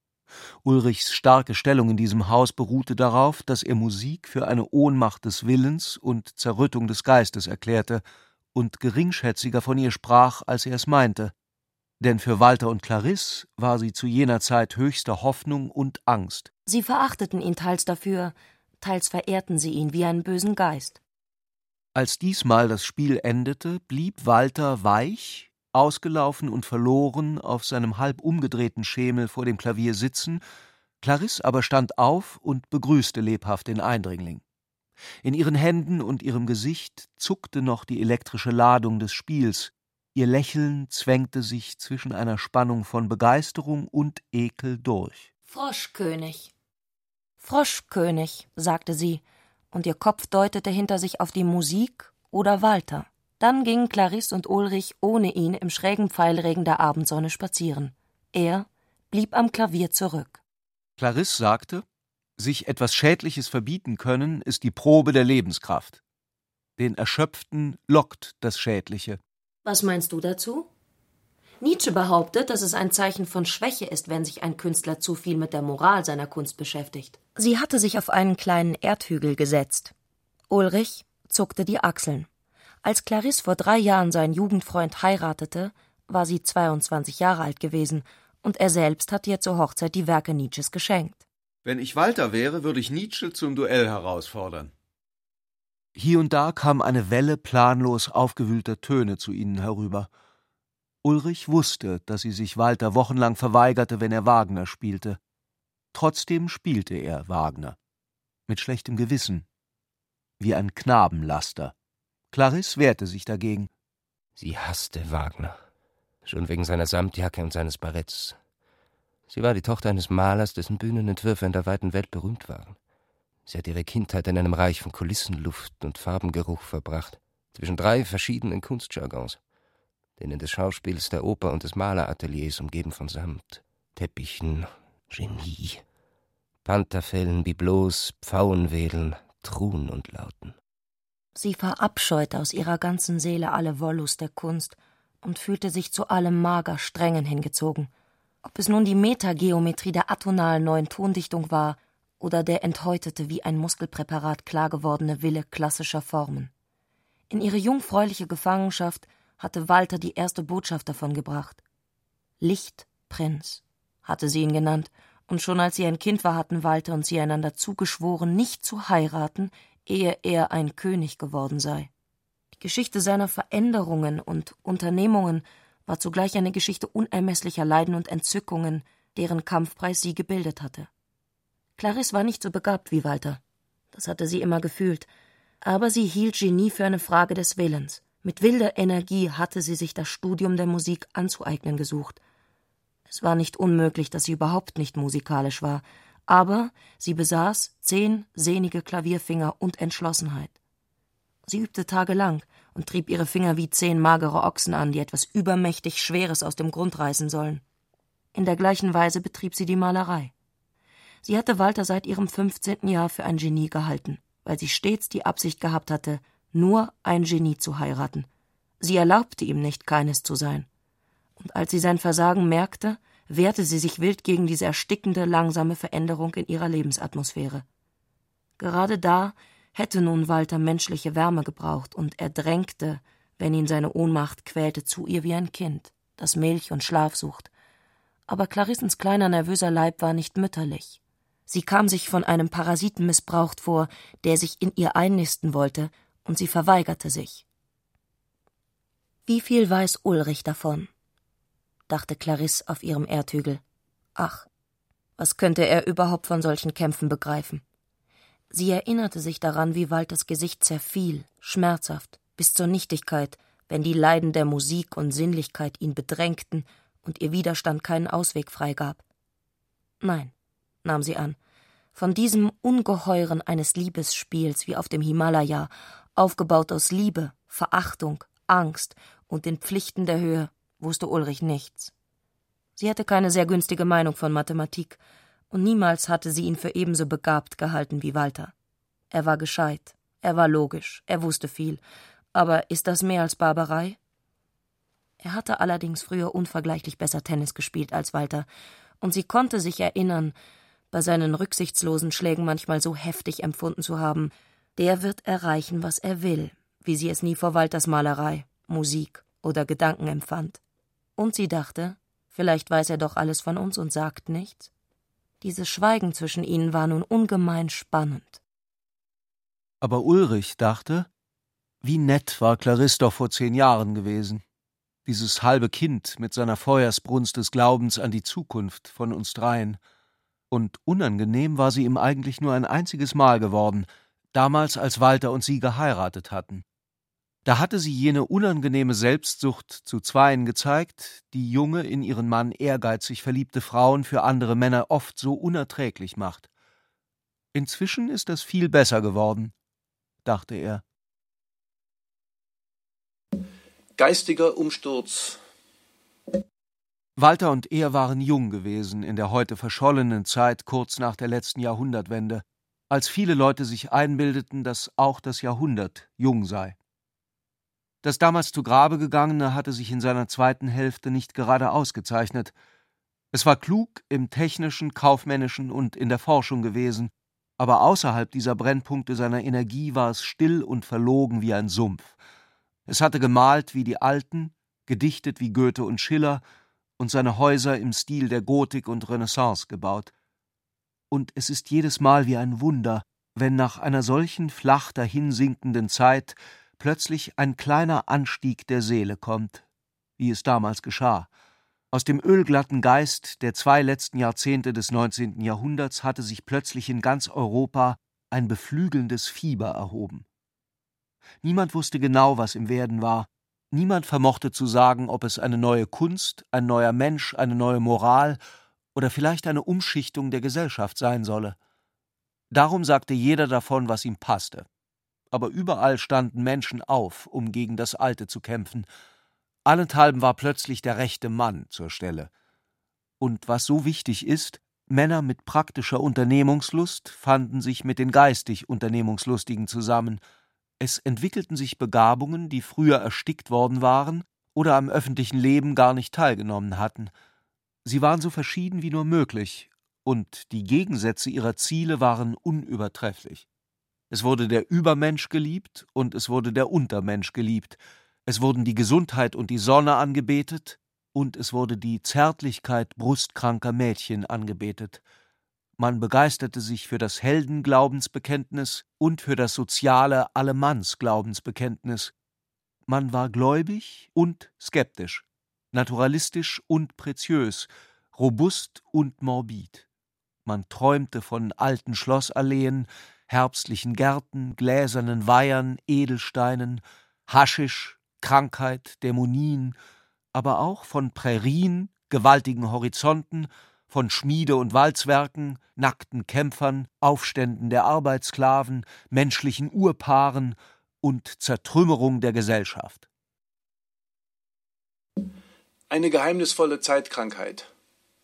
Ulrichs starke Stellung in diesem Haus beruhte darauf, dass er Musik für eine Ohnmacht des Willens und Zerrüttung des Geistes erklärte und geringschätziger von ihr sprach, als er es meinte. Denn für Walter und Clarisse war sie zu jener Zeit höchste Hoffnung und Angst. Sie verachteten ihn teils dafür, teils verehrten sie ihn wie einen bösen Geist. Als diesmal das Spiel endete, blieb Walter weich, ausgelaufen und verloren auf seinem halb umgedrehten Schemel vor dem Klavier sitzen, Clarisse aber stand auf und begrüßte lebhaft den Eindringling. In ihren Händen und ihrem Gesicht zuckte noch die elektrische Ladung des Spiels, ihr Lächeln zwängte sich zwischen einer Spannung von Begeisterung und Ekel durch. »Froschkönig, Froschkönig«, sagte sie, und ihr Kopf deutete hinter sich auf die Musik oder Walter. Dann gingen Clarisse und Ulrich ohne ihn im schrägen Pfeilregen der Abendsonne spazieren. Er blieb am Klavier zurück. Clarisse sagte, sich etwas Schädliches verbieten können, ist die Probe der Lebenskraft. Den Erschöpften lockt das Schädliche. Was meinst du dazu? Nietzsche behauptet, dass es ein Zeichen von Schwäche ist, wenn sich ein Künstler zu viel mit der Moral seiner Kunst beschäftigt. Sie hatte sich auf einen kleinen Erdhügel gesetzt. Ulrich zuckte die Achseln. Als Clarisse vor 3 Jahren seinen Jugendfreund heiratete, war sie 22 Jahre alt gewesen, und er selbst hatte ihr zur Hochzeit die Werke Nietzsches geschenkt. Wenn ich Walter wäre, würde ich Nietzsche zum Duell herausfordern. Hier und da kam eine Welle planlos aufgewühlter Töne zu ihnen herüber. Ulrich wusste, dass sie sich Walter wochenlang verweigerte, wenn er Wagner spielte. Trotzdem spielte er Wagner. Mit schlechtem Gewissen. Wie ein Knabenlaster. Clarisse wehrte sich dagegen. Sie hasste Wagner. Schon wegen seiner Samtjacke und seines Baretts. Sie war die Tochter eines Malers, dessen Bühnenentwürfe in der weiten Welt berühmt waren. Sie hat ihre Kindheit in einem Reich von Kulissenluft und Farbengeruch verbracht, zwischen 3 verschiedenen Kunstjargons, denen des Schauspiels, der Oper und des Malerateliers, umgeben von Samt, Teppichen, Genie, Pantherfellen, Bibelots, Pfauenwedeln, Truhen und Lauten. Sie verabscheute aus ihrer ganzen Seele alle Wollust der Kunst und fühlte sich zu allem mager Strengen hingezogen. Ob es nun die Metageometrie der atonalen neuen Tondichtung war oder der enthäutete, wie ein Muskelpräparat klar gewordene Wille klassischer Formen. In ihre jungfräuliche Gefangenschaft hatte Walter die erste Botschaft davon gebracht. Lichtprinz hatte sie ihn genannt, und schon als sie ein Kind war, hatten Walter und sie einander zugeschworen, nicht zu heiraten, ehe er ein König geworden sei. Die Geschichte seiner Veränderungen und Unternehmungen war zugleich eine Geschichte unermesslicher Leiden und Entzückungen, deren Kampfpreis sie gebildet hatte. Clarisse war nicht so begabt wie Walter. Das hatte sie immer gefühlt. Aber sie hielt Genie für eine Frage des Willens. Mit wilder Energie hatte sie sich das Studium der Musik anzueignen gesucht. Es war nicht unmöglich, dass sie überhaupt nicht musikalisch war, aber sie besaß 10 sehnige Klavierfinger und Entschlossenheit. Sie übte tagelang und trieb ihre Finger wie 10 magere Ochsen an, die etwas übermächtig Schweres aus dem Grund reißen sollen. In der gleichen Weise betrieb sie die Malerei. Sie hatte Walter seit ihrem 15. Jahr für ein Genie gehalten, weil sie stets die Absicht gehabt hatte, nur ein Genie zu heiraten. Sie erlaubte ihm nicht, keines zu sein. Und als sie sein Versagen merkte, wehrte sie sich wild gegen diese erstickende, langsame Veränderung in ihrer Lebensatmosphäre. Gerade da hätte nun Walter menschliche Wärme gebraucht, und er drängte, wenn ihn seine Ohnmacht quälte, zu ihr wie ein Kind, das Milch und Schlaf sucht. Aber Clarissens kleiner, nervöser Leib war nicht mütterlich. Sie kam sich von einem Parasiten missbraucht vor, der sich in ihr einnisten wollte, und sie verweigerte sich. Wie viel weiß Ulrich davon? Dachte Clarisse auf ihrem Erdhügel. Ach, was könnte er überhaupt von solchen Kämpfen begreifen? Sie erinnerte sich daran, wie Walters Gesicht zerfiel, schmerzhaft, bis zur Nichtigkeit, wenn die Leiden der Musik und Sinnlichkeit ihn bedrängten und ihr Widerstand keinen Ausweg freigab. Nein, nahm sie an, von diesem Ungeheuren eines Liebesspiels wie auf dem Himalaya, aufgebaut aus Liebe, Verachtung, Angst und den Pflichten der Höhe, wusste Ulrich nichts. Sie hatte keine sehr günstige Meinung von Mathematik, und niemals hatte sie ihn für ebenso begabt gehalten wie Walter. Er war gescheit, er war logisch, er wusste viel, aber ist das mehr als Barbarei? Er hatte allerdings früher unvergleichlich besser Tennis gespielt als Walter, und sie konnte sich erinnern, bei seinen rücksichtslosen Schlägen manchmal so heftig empfunden zu haben, der wird erreichen, was er will, wie sie es nie vor Walters Malerei, Musik oder Gedanken empfand. Und sie dachte, vielleicht weiß er doch alles von uns und sagt nichts. Dieses Schweigen zwischen ihnen war nun ungemein spannend. Aber Ulrich dachte, wie nett war Clarisse doch vor 10 Jahren gewesen. Dieses halbe Kind mit seiner Feuersbrunst des Glaubens an die Zukunft von uns dreien. Und unangenehm war sie ihm eigentlich nur ein einziges Mal geworden, damals, als Walter und sie geheiratet hatten. Da hatte sie jene unangenehme Selbstsucht zu Zweien gezeigt, die junge, in ihren Mann ehrgeizig verliebte Frauen für andere Männer oft so unerträglich macht. Inzwischen ist das viel besser geworden, dachte er. Geistiger Umsturz. Walter und er waren jung gewesen in der heute verschollenen Zeit kurz nach der letzten Jahrhundertwende, als viele Leute sich einbildeten, dass auch das Jahrhundert jung sei. Das damals zu Grabe gegangene hatte sich in seiner zweiten Hälfte nicht gerade ausgezeichnet. Es war klug im technischen, kaufmännischen und in der Forschung gewesen, aber außerhalb dieser Brennpunkte seiner Energie war es still und verlogen wie ein Sumpf. Es hatte gemalt wie die Alten, gedichtet wie Goethe und Schiller und seine Häuser im Stil der Gotik und Renaissance gebaut. Und es ist jedes Mal wie ein Wunder, wenn nach einer solchen flach dahinsinkenden Zeit plötzlich ein kleiner Anstieg der Seele kommt, wie es damals geschah. Aus dem ölglatten Geist der 2 letzten Jahrzehnte des 19. Jahrhunderts hatte sich plötzlich in ganz Europa ein beflügelndes Fieber erhoben. Niemand wusste genau, was im Werden war. Niemand vermochte zu sagen, ob es eine neue Kunst, ein neuer Mensch, eine neue Moral oder vielleicht eine Umschichtung der Gesellschaft sein solle. Darum sagte jeder davon, was ihm passte. Aber überall standen Menschen auf, um gegen das Alte zu kämpfen. Allenthalben war plötzlich der rechte Mann zur Stelle. Und was so wichtig ist, Männer mit praktischer Unternehmungslust fanden sich mit den geistig Unternehmungslustigen zusammen. Es entwickelten sich Begabungen, die früher erstickt worden waren oder am öffentlichen Leben gar nicht teilgenommen hatten. Sie waren so verschieden wie nur möglich, und die Gegensätze ihrer Ziele waren unübertrefflich. Es wurde der Übermensch geliebt und es wurde der Untermensch geliebt. Es wurden die Gesundheit und die Sonne angebetet und es wurde die Zärtlichkeit brustkranker Mädchen angebetet. Man begeisterte sich für das Heldenglaubensbekenntnis und für das soziale Allemannsglaubensbekenntnis. Man war gläubig und skeptisch, naturalistisch und preziös, robust und morbid. Man träumte von alten Schlossalleen, herbstlichen Gärten, gläsernen Weihern, Edelsteinen, Haschisch, Krankheit, Dämonien, aber auch von Prärien, gewaltigen Horizonten, von Schmiede- und Walzwerken, nackten Kämpfern, Aufständen der Arbeitssklaven, menschlichen Urpaaren und Zertrümmerung der Gesellschaft. Eine geheimnisvolle Zeitkrankheit.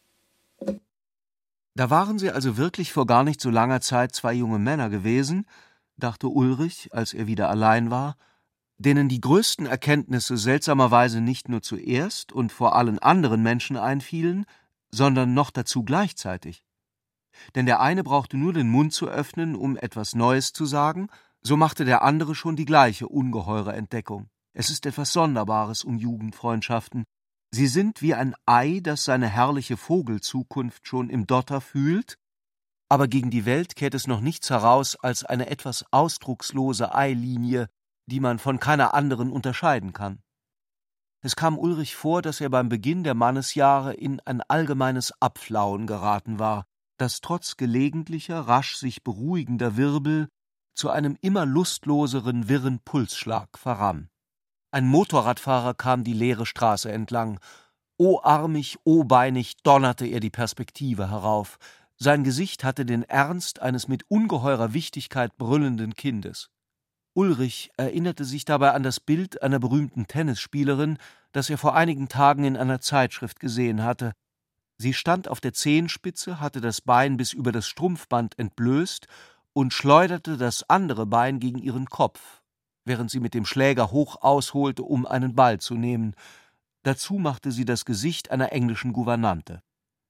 Da waren sie also wirklich vor gar nicht so langer Zeit 2 junge Männer gewesen, dachte Ulrich, als er wieder allein war, denen die größten Erkenntnisse seltsamerweise nicht nur zuerst und vor allen anderen Menschen einfielen, sondern noch dazu gleichzeitig. Denn der eine brauchte nur den Mund zu öffnen, um etwas Neues zu sagen, so machte der andere schon die gleiche ungeheure Entdeckung. Es ist etwas Sonderbares um Jugendfreundschaften. Sie sind wie ein Ei, das seine herrliche Vogelzukunft schon im Dotter fühlt, aber gegen die Welt kehrt es noch nichts heraus als eine etwas ausdruckslose Eilinie, die man von keiner anderen unterscheiden kann. Es kam Ulrich vor, dass er beim Beginn der Mannesjahre in ein allgemeines Abflauen geraten war, das trotz gelegentlicher, rasch sich beruhigender Wirbel zu einem immer lustloseren, wirren Pulsschlag verrann. Ein Motorradfahrer kam die leere Straße entlang. O-armig, o-beinig donnerte er die Perspektive herauf. Sein Gesicht hatte den Ernst eines mit ungeheurer Wichtigkeit brüllenden Kindes. Ulrich erinnerte sich dabei an das Bild einer berühmten Tennisspielerin, das er vor einigen Tagen in einer Zeitschrift gesehen hatte. Sie stand auf der Zehenspitze, hatte das Bein bis über das Strumpfband entblößt und schleuderte das andere Bein gegen ihren Kopf, während sie mit dem Schläger hoch ausholte, um einen Ball zu nehmen. Dazu machte sie das Gesicht einer englischen Gouvernante.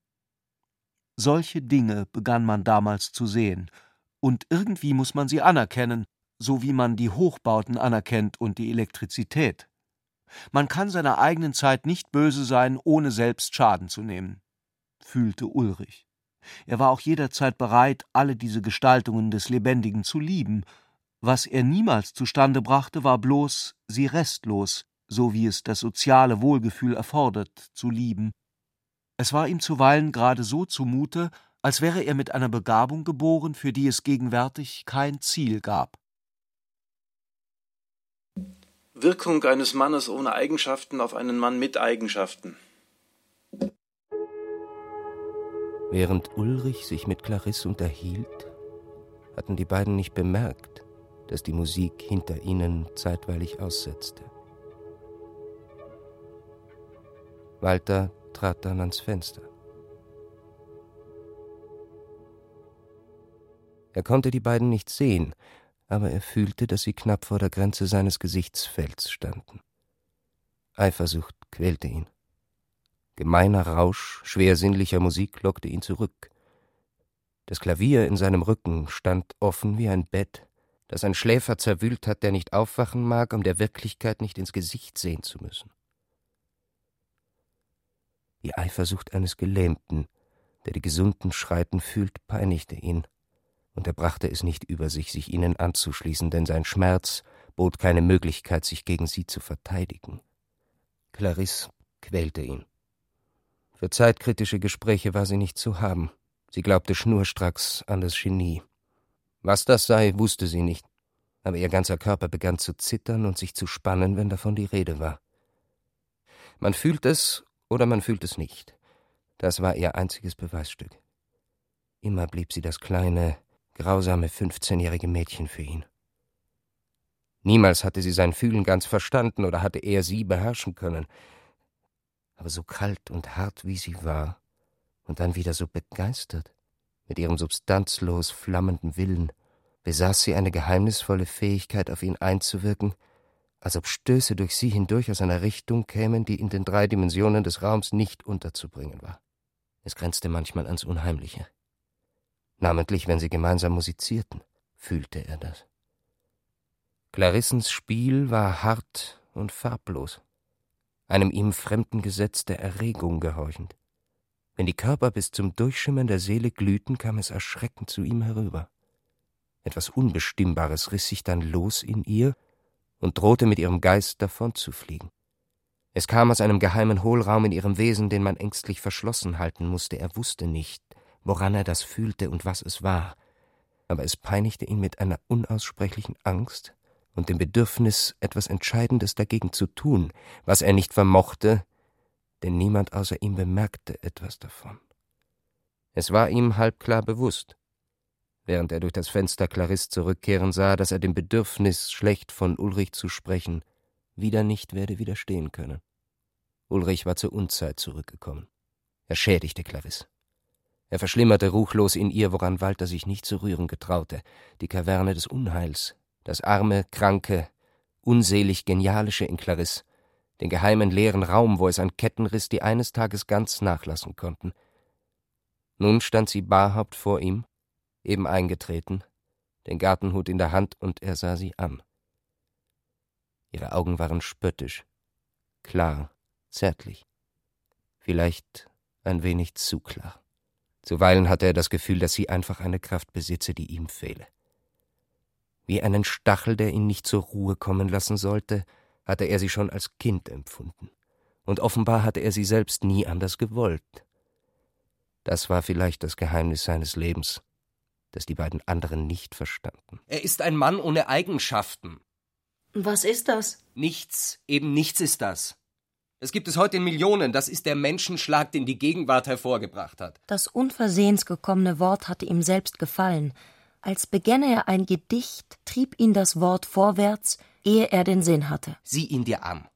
Solche Dinge begann man damals zu sehen, und irgendwie muss man sie anerkennen, so wie man die Hochbauten anerkennt und die Elektrizität. Man kann seiner eigenen Zeit nicht böse sein, ohne selbst Schaden zu nehmen, fühlte Ulrich. Er war auch jederzeit bereit, alle diese Gestaltungen des Lebendigen zu lieben. Was er niemals zustande brachte, war bloß, sie restlos, so wie es das soziale Wohlgefühl erfordert, zu lieben. Es war ihm zuweilen gerade so zumute, als wäre er mit einer Begabung geboren, für die es gegenwärtig kein Ziel gab. Wirkung eines Mannes ohne Eigenschaften auf einen Mann mit Eigenschaften. Während Ulrich sich mit Clarisse unterhielt, hatten die beiden nicht bemerkt, dass die Musik hinter ihnen zeitweilig aussetzte. Walter trat dann ans Fenster. Er konnte die beiden nicht sehen, aber er fühlte, dass sie knapp vor der Grenze seines Gesichtsfelds standen. Eifersucht quälte ihn. Gemeiner Rausch schwersinnlicher Musik lockte ihn zurück. Das Klavier in seinem Rücken stand offen wie ein Bett, das ein Schläfer zerwühlt hat, der nicht aufwachen mag, um der Wirklichkeit nicht ins Gesicht sehen zu müssen. Die Eifersucht eines Gelähmten, der die gesunden Schreiten fühlt, peinigte ihn, und er brachte es nicht über sich ihnen anzuschließen, denn sein Schmerz bot keine Möglichkeit, sich gegen sie zu verteidigen. Clarisse quälte ihn. Für zeitkritische Gespräche war sie nicht zu haben. Sie glaubte schnurstracks an das Genie. Was das sei, wusste sie nicht, aber ihr ganzer Körper begann zu zittern und sich zu spannen, wenn davon die Rede war. Man fühlt es oder man fühlt es nicht. Das war ihr einziges Beweisstück. Immer blieb sie das kleine, grausame 15-jährige Mädchen für ihn. Niemals hatte sie sein Fühlen ganz verstanden oder hatte er sie beherrschen können. Aber so kalt und hart wie sie war und dann wieder so begeistert, mit ihrem substanzlos flammenden Willen, besaß sie eine geheimnisvolle Fähigkeit, auf ihn einzuwirken, als ob Stöße durch sie hindurch aus einer Richtung kämen, die in den 3 Dimensionen des Raums nicht unterzubringen war. Es grenzte manchmal ans Unheimliche. Namentlich, wenn sie gemeinsam musizierten, fühlte er das. Clarissens Spiel war hart und farblos, einem ihm fremden Gesetz der Erregung gehorchend. Wenn die Körper bis zum Durchschimmern der Seele glühten, kam es erschreckend zu ihm herüber. Etwas Unbestimmbares riss sich dann los in ihr und drohte mit ihrem Geist davonzufliegen. Es kam aus einem geheimen Hohlraum in ihrem Wesen, den man ängstlich verschlossen halten musste. Er wusste nicht, woran er das fühlte und was es war, aber es peinigte ihn mit einer unaussprechlichen Angst und dem Bedürfnis, etwas Entscheidendes dagegen zu tun, was er nicht vermochte, denn niemand außer ihm bemerkte etwas davon. Es war ihm halbklar bewusst, während er durch das Fenster Clarisse zurückkehren sah, dass er dem Bedürfnis, schlecht von Ulrich zu sprechen, wieder nicht werde widerstehen können. Ulrich war zur Unzeit zurückgekommen. Er schädigte Clarisse. Er verschlimmerte ruchlos in ihr, woran Walter sich nicht zu rühren getraute, die Kaverne des Unheils, das arme, kranke, unselig Genialische in Clarisse, den geheimen leeren Raum, wo es an Ketten riss, die eines Tages ganz nachlassen konnten. Nun stand sie barhaupt vor ihm, eben eingetreten, den Gartenhut in der Hand, und er sah sie an. Ihre Augen waren spöttisch, klar, zärtlich, vielleicht ein wenig zu klar. Zuweilen hatte er das Gefühl, dass sie einfach eine Kraft besitze, die ihm fehle. Wie einen Stachel, der ihn nicht zur Ruhe kommen lassen sollte, hatte er sie schon als Kind empfunden. Und offenbar hatte er sie selbst nie anders gewollt. Das war vielleicht das Geheimnis seines Lebens, das die beiden anderen nicht verstanden. Er ist ein Mann ohne Eigenschaften. Was ist das? Nichts, eben nichts ist das. Es gibt es heute in Millionen, das ist der Menschenschlag, den die Gegenwart hervorgebracht hat. Das unversehens gekommene Wort hatte ihm selbst gefallen. Als begänne er ein Gedicht, trieb ihn das Wort vorwärts, ehe er den Sinn hatte. Sieh ihn dir an.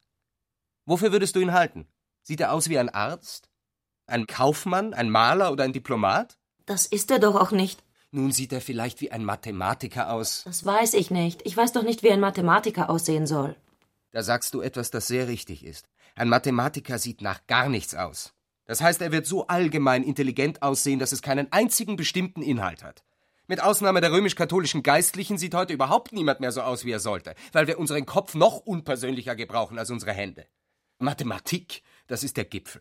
Wofür würdest du ihn halten? Sieht er aus wie ein Arzt? Ein Kaufmann, ein Maler oder ein Diplomat? Das ist er doch auch nicht. Nun sieht er vielleicht wie ein Mathematiker aus. Das weiß ich nicht. Ich weiß doch nicht, wie ein Mathematiker aussehen soll. Da sagst du etwas, das sehr richtig ist. Ein Mathematiker sieht nach gar nichts aus. Das heißt, er wird so allgemein intelligent aussehen, dass es keinen einzigen bestimmten Inhalt hat. Mit Ausnahme der römisch-katholischen Geistlichen sieht heute überhaupt niemand mehr so aus, wie er sollte, weil wir unseren Kopf noch unpersönlicher gebrauchen als unsere Hände. Mathematik, das ist der Gipfel.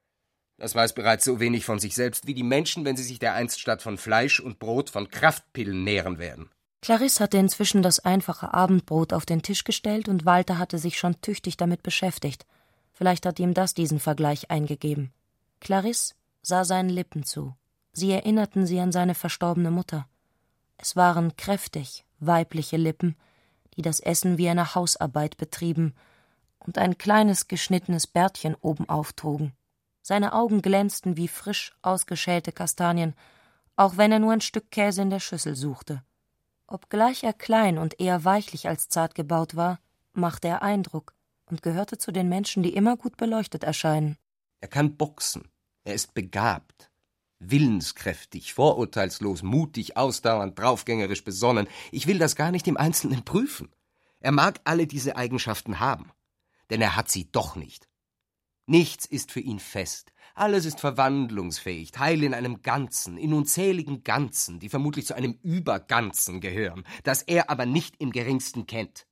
Das weiß bereits so wenig von sich selbst wie die Menschen, wenn sie sich dereinst statt von Fleisch und Brot von Kraftpillen nähren werden. Clarisse hatte inzwischen das einfache Abendbrot auf den Tisch gestellt und Walter hatte sich schon tüchtig damit beschäftigt. Vielleicht hat ihm das diesen Vergleich eingegeben. Clarisse sah seinen Lippen zu. Sie erinnerten sie an seine verstorbene Mutter. Es waren kräftig, weibliche Lippen, die das Essen wie eine Hausarbeit betrieben und ein kleines geschnittenes Bärtchen obenauf trugen. Seine Augen glänzten wie frisch ausgeschälte Kastanien, auch wenn er nur ein Stück Käse in der Schüssel suchte. Obgleich er klein und eher weichlich als zart gebaut war, machte er Eindruck und gehörte zu den Menschen, die immer gut beleuchtet erscheinen. Er kann boxen, er ist begabt, willenskräftig, vorurteilslos, mutig, ausdauernd, draufgängerisch, besonnen. Ich will das gar nicht im Einzelnen prüfen. Er mag alle diese Eigenschaften haben, denn er hat sie doch nicht. Nichts ist für ihn fest, alles ist verwandlungsfähig, Teil in einem Ganzen, in unzähligen Ganzen, die vermutlich zu einem Überganzen gehören, das er aber nicht im geringsten kennt.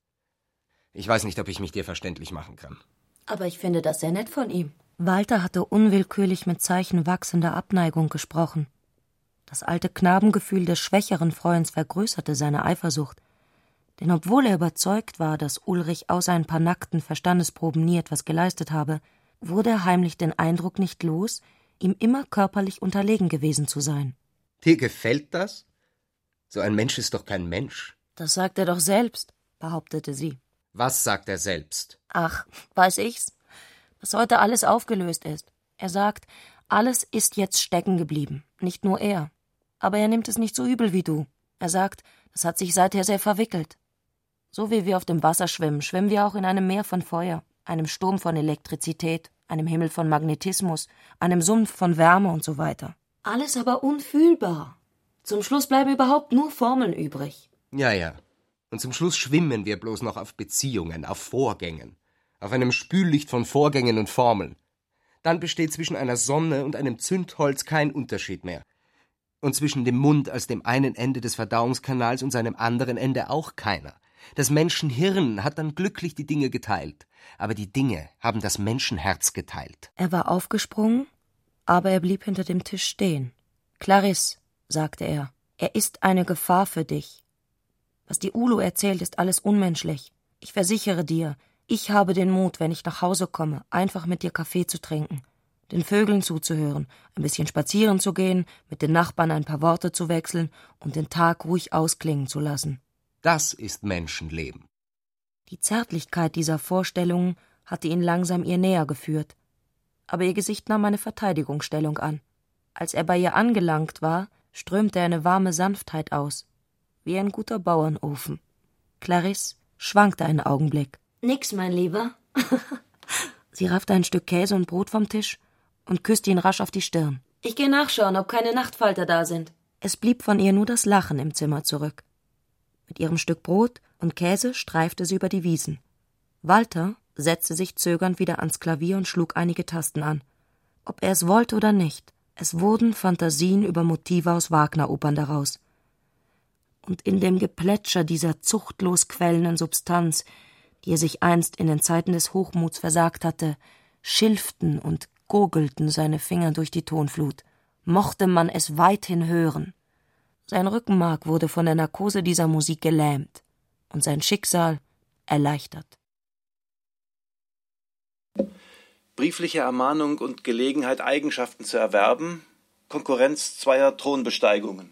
Ich weiß nicht, ob ich mich dir verständlich machen kann. Aber ich finde das sehr nett von ihm. Walter hatte unwillkürlich mit Zeichen wachsender Abneigung gesprochen. Das alte Knabengefühl des schwächeren Freunds vergrößerte seine Eifersucht. Denn obwohl er überzeugt war, dass Ulrich außer ein paar nackten Verstandesproben nie etwas geleistet habe, wurde er heimlich den Eindruck nicht los, ihm immer körperlich unterlegen gewesen zu sein. Dir gefällt das? So ein Mensch ist doch kein Mensch. Das sagt er doch selbst, behauptete sie. Was sagt er selbst? Ach, weiß ich's, dass heute alles aufgelöst ist. Er sagt, alles ist jetzt stecken geblieben, nicht nur er. Aber er nimmt es nicht so übel wie du. Er sagt, das hat sich seither sehr verwickelt. So wie wir auf dem Wasser schwimmen, schwimmen wir auch in einem Meer von Feuer, einem Sturm von Elektrizität, einem Himmel von Magnetismus, einem Sumpf von Wärme und so weiter. Alles aber unfühlbar. Zum Schluss bleiben überhaupt nur Formeln übrig. Ja. Und zum Schluss schwimmen wir bloß noch auf Beziehungen, auf Vorgängen, auf einem Spüllicht von Vorgängen und Formeln. Dann besteht zwischen einer Sonne und einem Zündholz kein Unterschied mehr. Und zwischen dem Mund als dem einen Ende des Verdauungskanals und seinem anderen Ende auch keiner. Das Menschenhirn hat dann glücklich die Dinge geteilt, aber die Dinge haben das Menschenherz geteilt. Er war aufgesprungen, aber er blieb hinter dem Tisch stehen. »Clarisse«, sagte er ist eine Gefahr für dich. Was die Ulo erzählt, ist alles unmenschlich. Ich versichere dir, ich habe den Mut, wenn ich nach Hause komme, einfach mit dir Kaffee zu trinken, den Vögeln zuzuhören, ein bisschen spazieren zu gehen, mit den Nachbarn ein paar Worte zu wechseln und den Tag ruhig ausklingen zu lassen. Das ist Menschenleben. Die Zärtlichkeit dieser Vorstellungen hatte ihn langsam ihr näher geführt. Aber ihr Gesicht nahm eine Verteidigungsstellung an. Als er bei ihr angelangt war, strömte eine warme Sanftheit aus, wie ein guter Bauernofen. Clarisse schwankte einen Augenblick. »Nix, mein Lieber.« Sie raffte ein Stück Käse und Brot vom Tisch und küsste ihn rasch auf die Stirn. »Ich gehe nachschauen, ob keine Nachtfalter da sind.« Es blieb von ihr nur das Lachen im Zimmer zurück. Mit ihrem Stück Brot und Käse streifte sie über die Wiesen. Walter setzte sich zögernd wieder ans Klavier und schlug einige Tasten an. Ob er es wollte oder nicht, es wurden Fantasien über Motive aus Wagner-Opern daraus. Und in dem Geplätscher dieser zuchtlos quellenden Substanz, die er sich einst in den Zeiten des Hochmuts versagt hatte, schilften und gurgelten seine Finger durch die Tonflut. Mochte man es weithin hören. Sein Rückenmark wurde von der Narkose dieser Musik gelähmt und sein Schicksal erleichtert. Briefliche Ermahnung und Gelegenheit, Eigenschaften zu erwerben, Konkurrenz zweier Thronbesteigungen.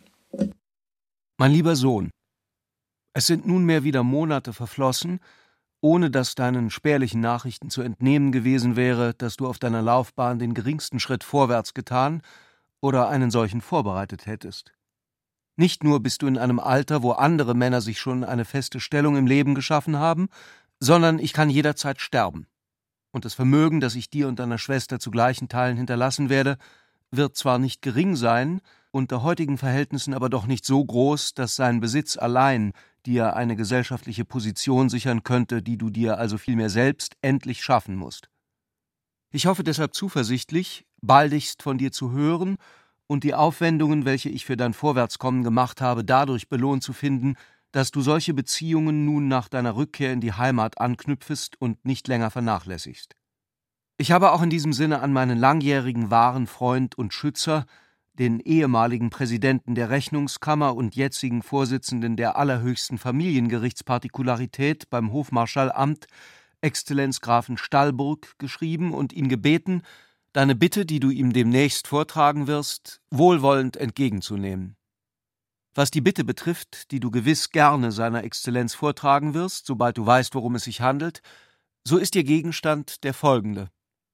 Mein lieber Sohn, es sind nunmehr wieder Monate verflossen, ohne dass deinen spärlichen Nachrichten zu entnehmen gewesen wäre, dass du auf deiner Laufbahn den geringsten Schritt vorwärts getan oder einen solchen vorbereitet hättest. Nicht nur bist du in einem Alter, wo andere Männer sich schon eine feste Stellung im Leben geschaffen haben, sondern ich kann jederzeit sterben. Und das Vermögen, das ich dir und deiner Schwester zu gleichen Teilen hinterlassen werde, wird zwar nicht gering sein, unter heutigen Verhältnissen aber doch nicht so groß, dass sein Besitz allein dir eine gesellschaftliche Position sichern könnte, die du dir also vielmehr selbst endlich schaffen musst. Ich hoffe deshalb zuversichtlich, baldigst von dir zu hören und die Aufwendungen, welche ich für dein Vorwärtskommen gemacht habe, dadurch belohnt zu finden, dass du solche Beziehungen nun nach deiner Rückkehr in die Heimat anknüpfest und nicht länger vernachlässigst. Ich habe auch in diesem Sinne an meinen langjährigen wahren Freund und Schützer, den ehemaligen Präsidenten der Rechnungskammer und jetzigen Vorsitzenden der allerhöchsten Familiengerichtspartikularität beim Hofmarschallamt, Exzellenz Grafen Stallburg, geschrieben und ihn gebeten, deine Bitte, die du ihm demnächst vortragen wirst, wohlwollend entgegenzunehmen. Was die Bitte betrifft, die du gewiss gerne seiner Exzellenz vortragen wirst, sobald du weißt, worum es sich handelt, so ist ihr Gegenstand der folgende.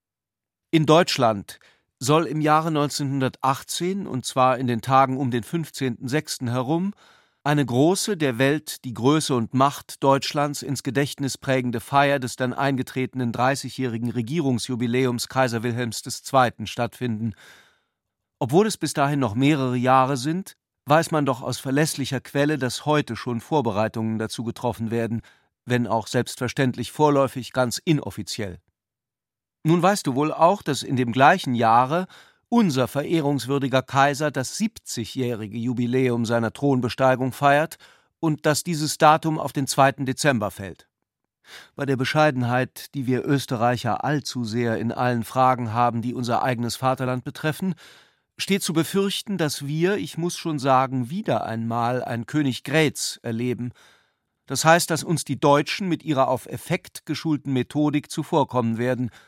In Deutschland soll im Jahre 1918, und zwar in den Tagen um den 15.06. herum, eine große, der Welt die Größe und Macht Deutschlands ins Gedächtnis prägende Feier des dann eingetretenen 30-jährigen Regierungsjubiläums Kaiser Wilhelms II. Stattfinden. Obwohl es bis dahin noch mehrere Jahre sind, weiß man doch aus verlässlicher Quelle, dass heute schon Vorbereitungen dazu getroffen werden, wenn auch selbstverständlich vorläufig ganz inoffiziell. Nun weißt du wohl auch, dass in dem gleichen Jahre unser verehrungswürdiger Kaiser das 70-jährige Jubiläum seiner Thronbesteigung feiert und dass dieses Datum auf den 2. Dezember fällt. Bei der Bescheidenheit, die wir Österreicher allzu sehr in allen Fragen haben, die unser eigenes Vaterland betreffen, steht zu befürchten, dass wir, ich muss schon sagen, wieder einmal ein König Grätz erleben. Das heißt, dass uns die Deutschen mit ihrer auf Effekt geschulten Methodik zuvorkommen werden,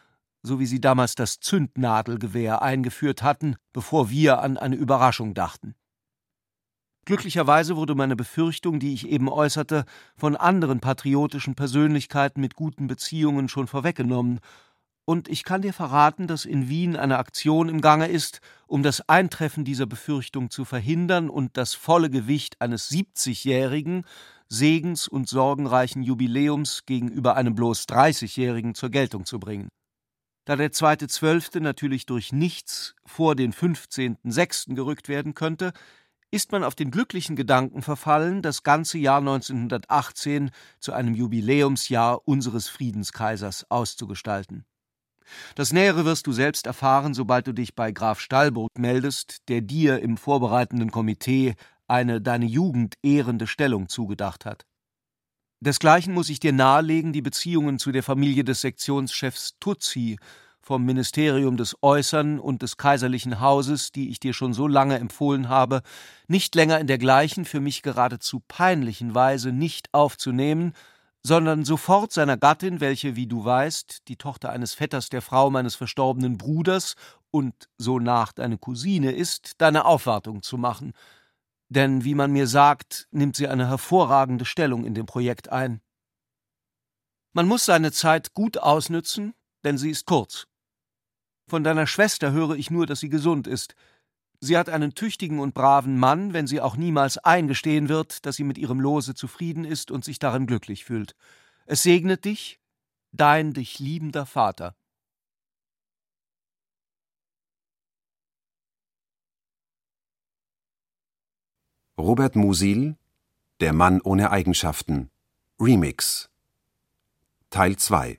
so wie sie damals das Zündnadelgewehr eingeführt hatten, bevor wir an eine Überraschung dachten. Glücklicherweise wurde meine Befürchtung, die ich eben äußerte, von anderen patriotischen Persönlichkeiten mit guten Beziehungen schon vorweggenommen, und ich kann dir verraten, dass in Wien eine Aktion im Gange ist, um das Eintreffen dieser Befürchtung zu verhindern und das volle Gewicht eines 70-jährigen, segens- und sorgenreichen Jubiläums gegenüber einem bloß 30-jährigen zur Geltung zu bringen. Da der 2.12. natürlich durch nichts vor den 15.06. gerückt werden könnte, ist man auf den glücklichen Gedanken verfallen, das ganze Jahr 1918 zu einem Jubiläumsjahr unseres Friedenskaisers auszugestalten. Das Nähere wirst du selbst erfahren, sobald du dich bei Graf Stallburg meldest, der dir im vorbereitenden Komitee eine deine Jugend ehrende Stellung zugedacht hat. Desgleichen muss ich dir nahelegen, die Beziehungen zu der Familie des Sektionschefs Tuzzi vom Ministerium des Äußern und des kaiserlichen Hauses, die ich dir schon so lange empfohlen habe, nicht länger in der gleichen, für mich geradezu peinlichen Weise nicht aufzunehmen, sondern sofort seiner Gattin, welche, wie du weißt, die Tochter eines Vetters der Frau meines verstorbenen Bruders und sonach deine Cousine ist, deine Aufwartung zu machen. Denn, wie man mir sagt, nimmt sie eine hervorragende Stellung in dem Projekt ein. Man muss seine Zeit gut ausnützen, denn sie ist kurz. Von deiner Schwester höre ich nur, dass sie gesund ist. Sie hat einen tüchtigen und braven Mann, wenn sie auch niemals eingestehen wird, dass sie mit ihrem Lose zufrieden ist und sich darin glücklich fühlt. Es segnet dich, dein dich liebender Vater. Robert Musil, Der Mann ohne Eigenschaften, Remix, Teil 2.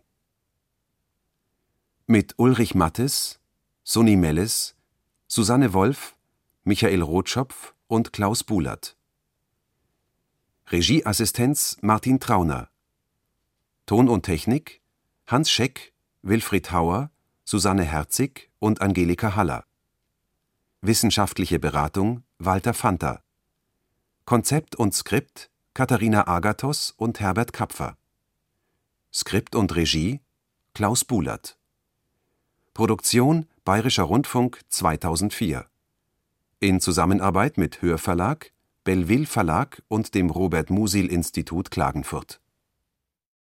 Mit Ulrich Mattes, Sonny Melles, Susanne Wolf, Michael Rotschopf und Klaus Buhlert. Regieassistenz Martin Trauner. Ton und Technik Hans Scheck, Wilfried Hauer, Susanne Herzig und Angelika Haller. Wissenschaftliche Beratung Walter Fanta. Konzept und Skript Katharina Agathos und Herbert Kapfer. Skript und Regie Klaus Buhlert. Produktion Bayerischer Rundfunk 2004. In Zusammenarbeit mit Hörverlag, Belleville Verlag und dem Robert Musil Institut Klagenfurt.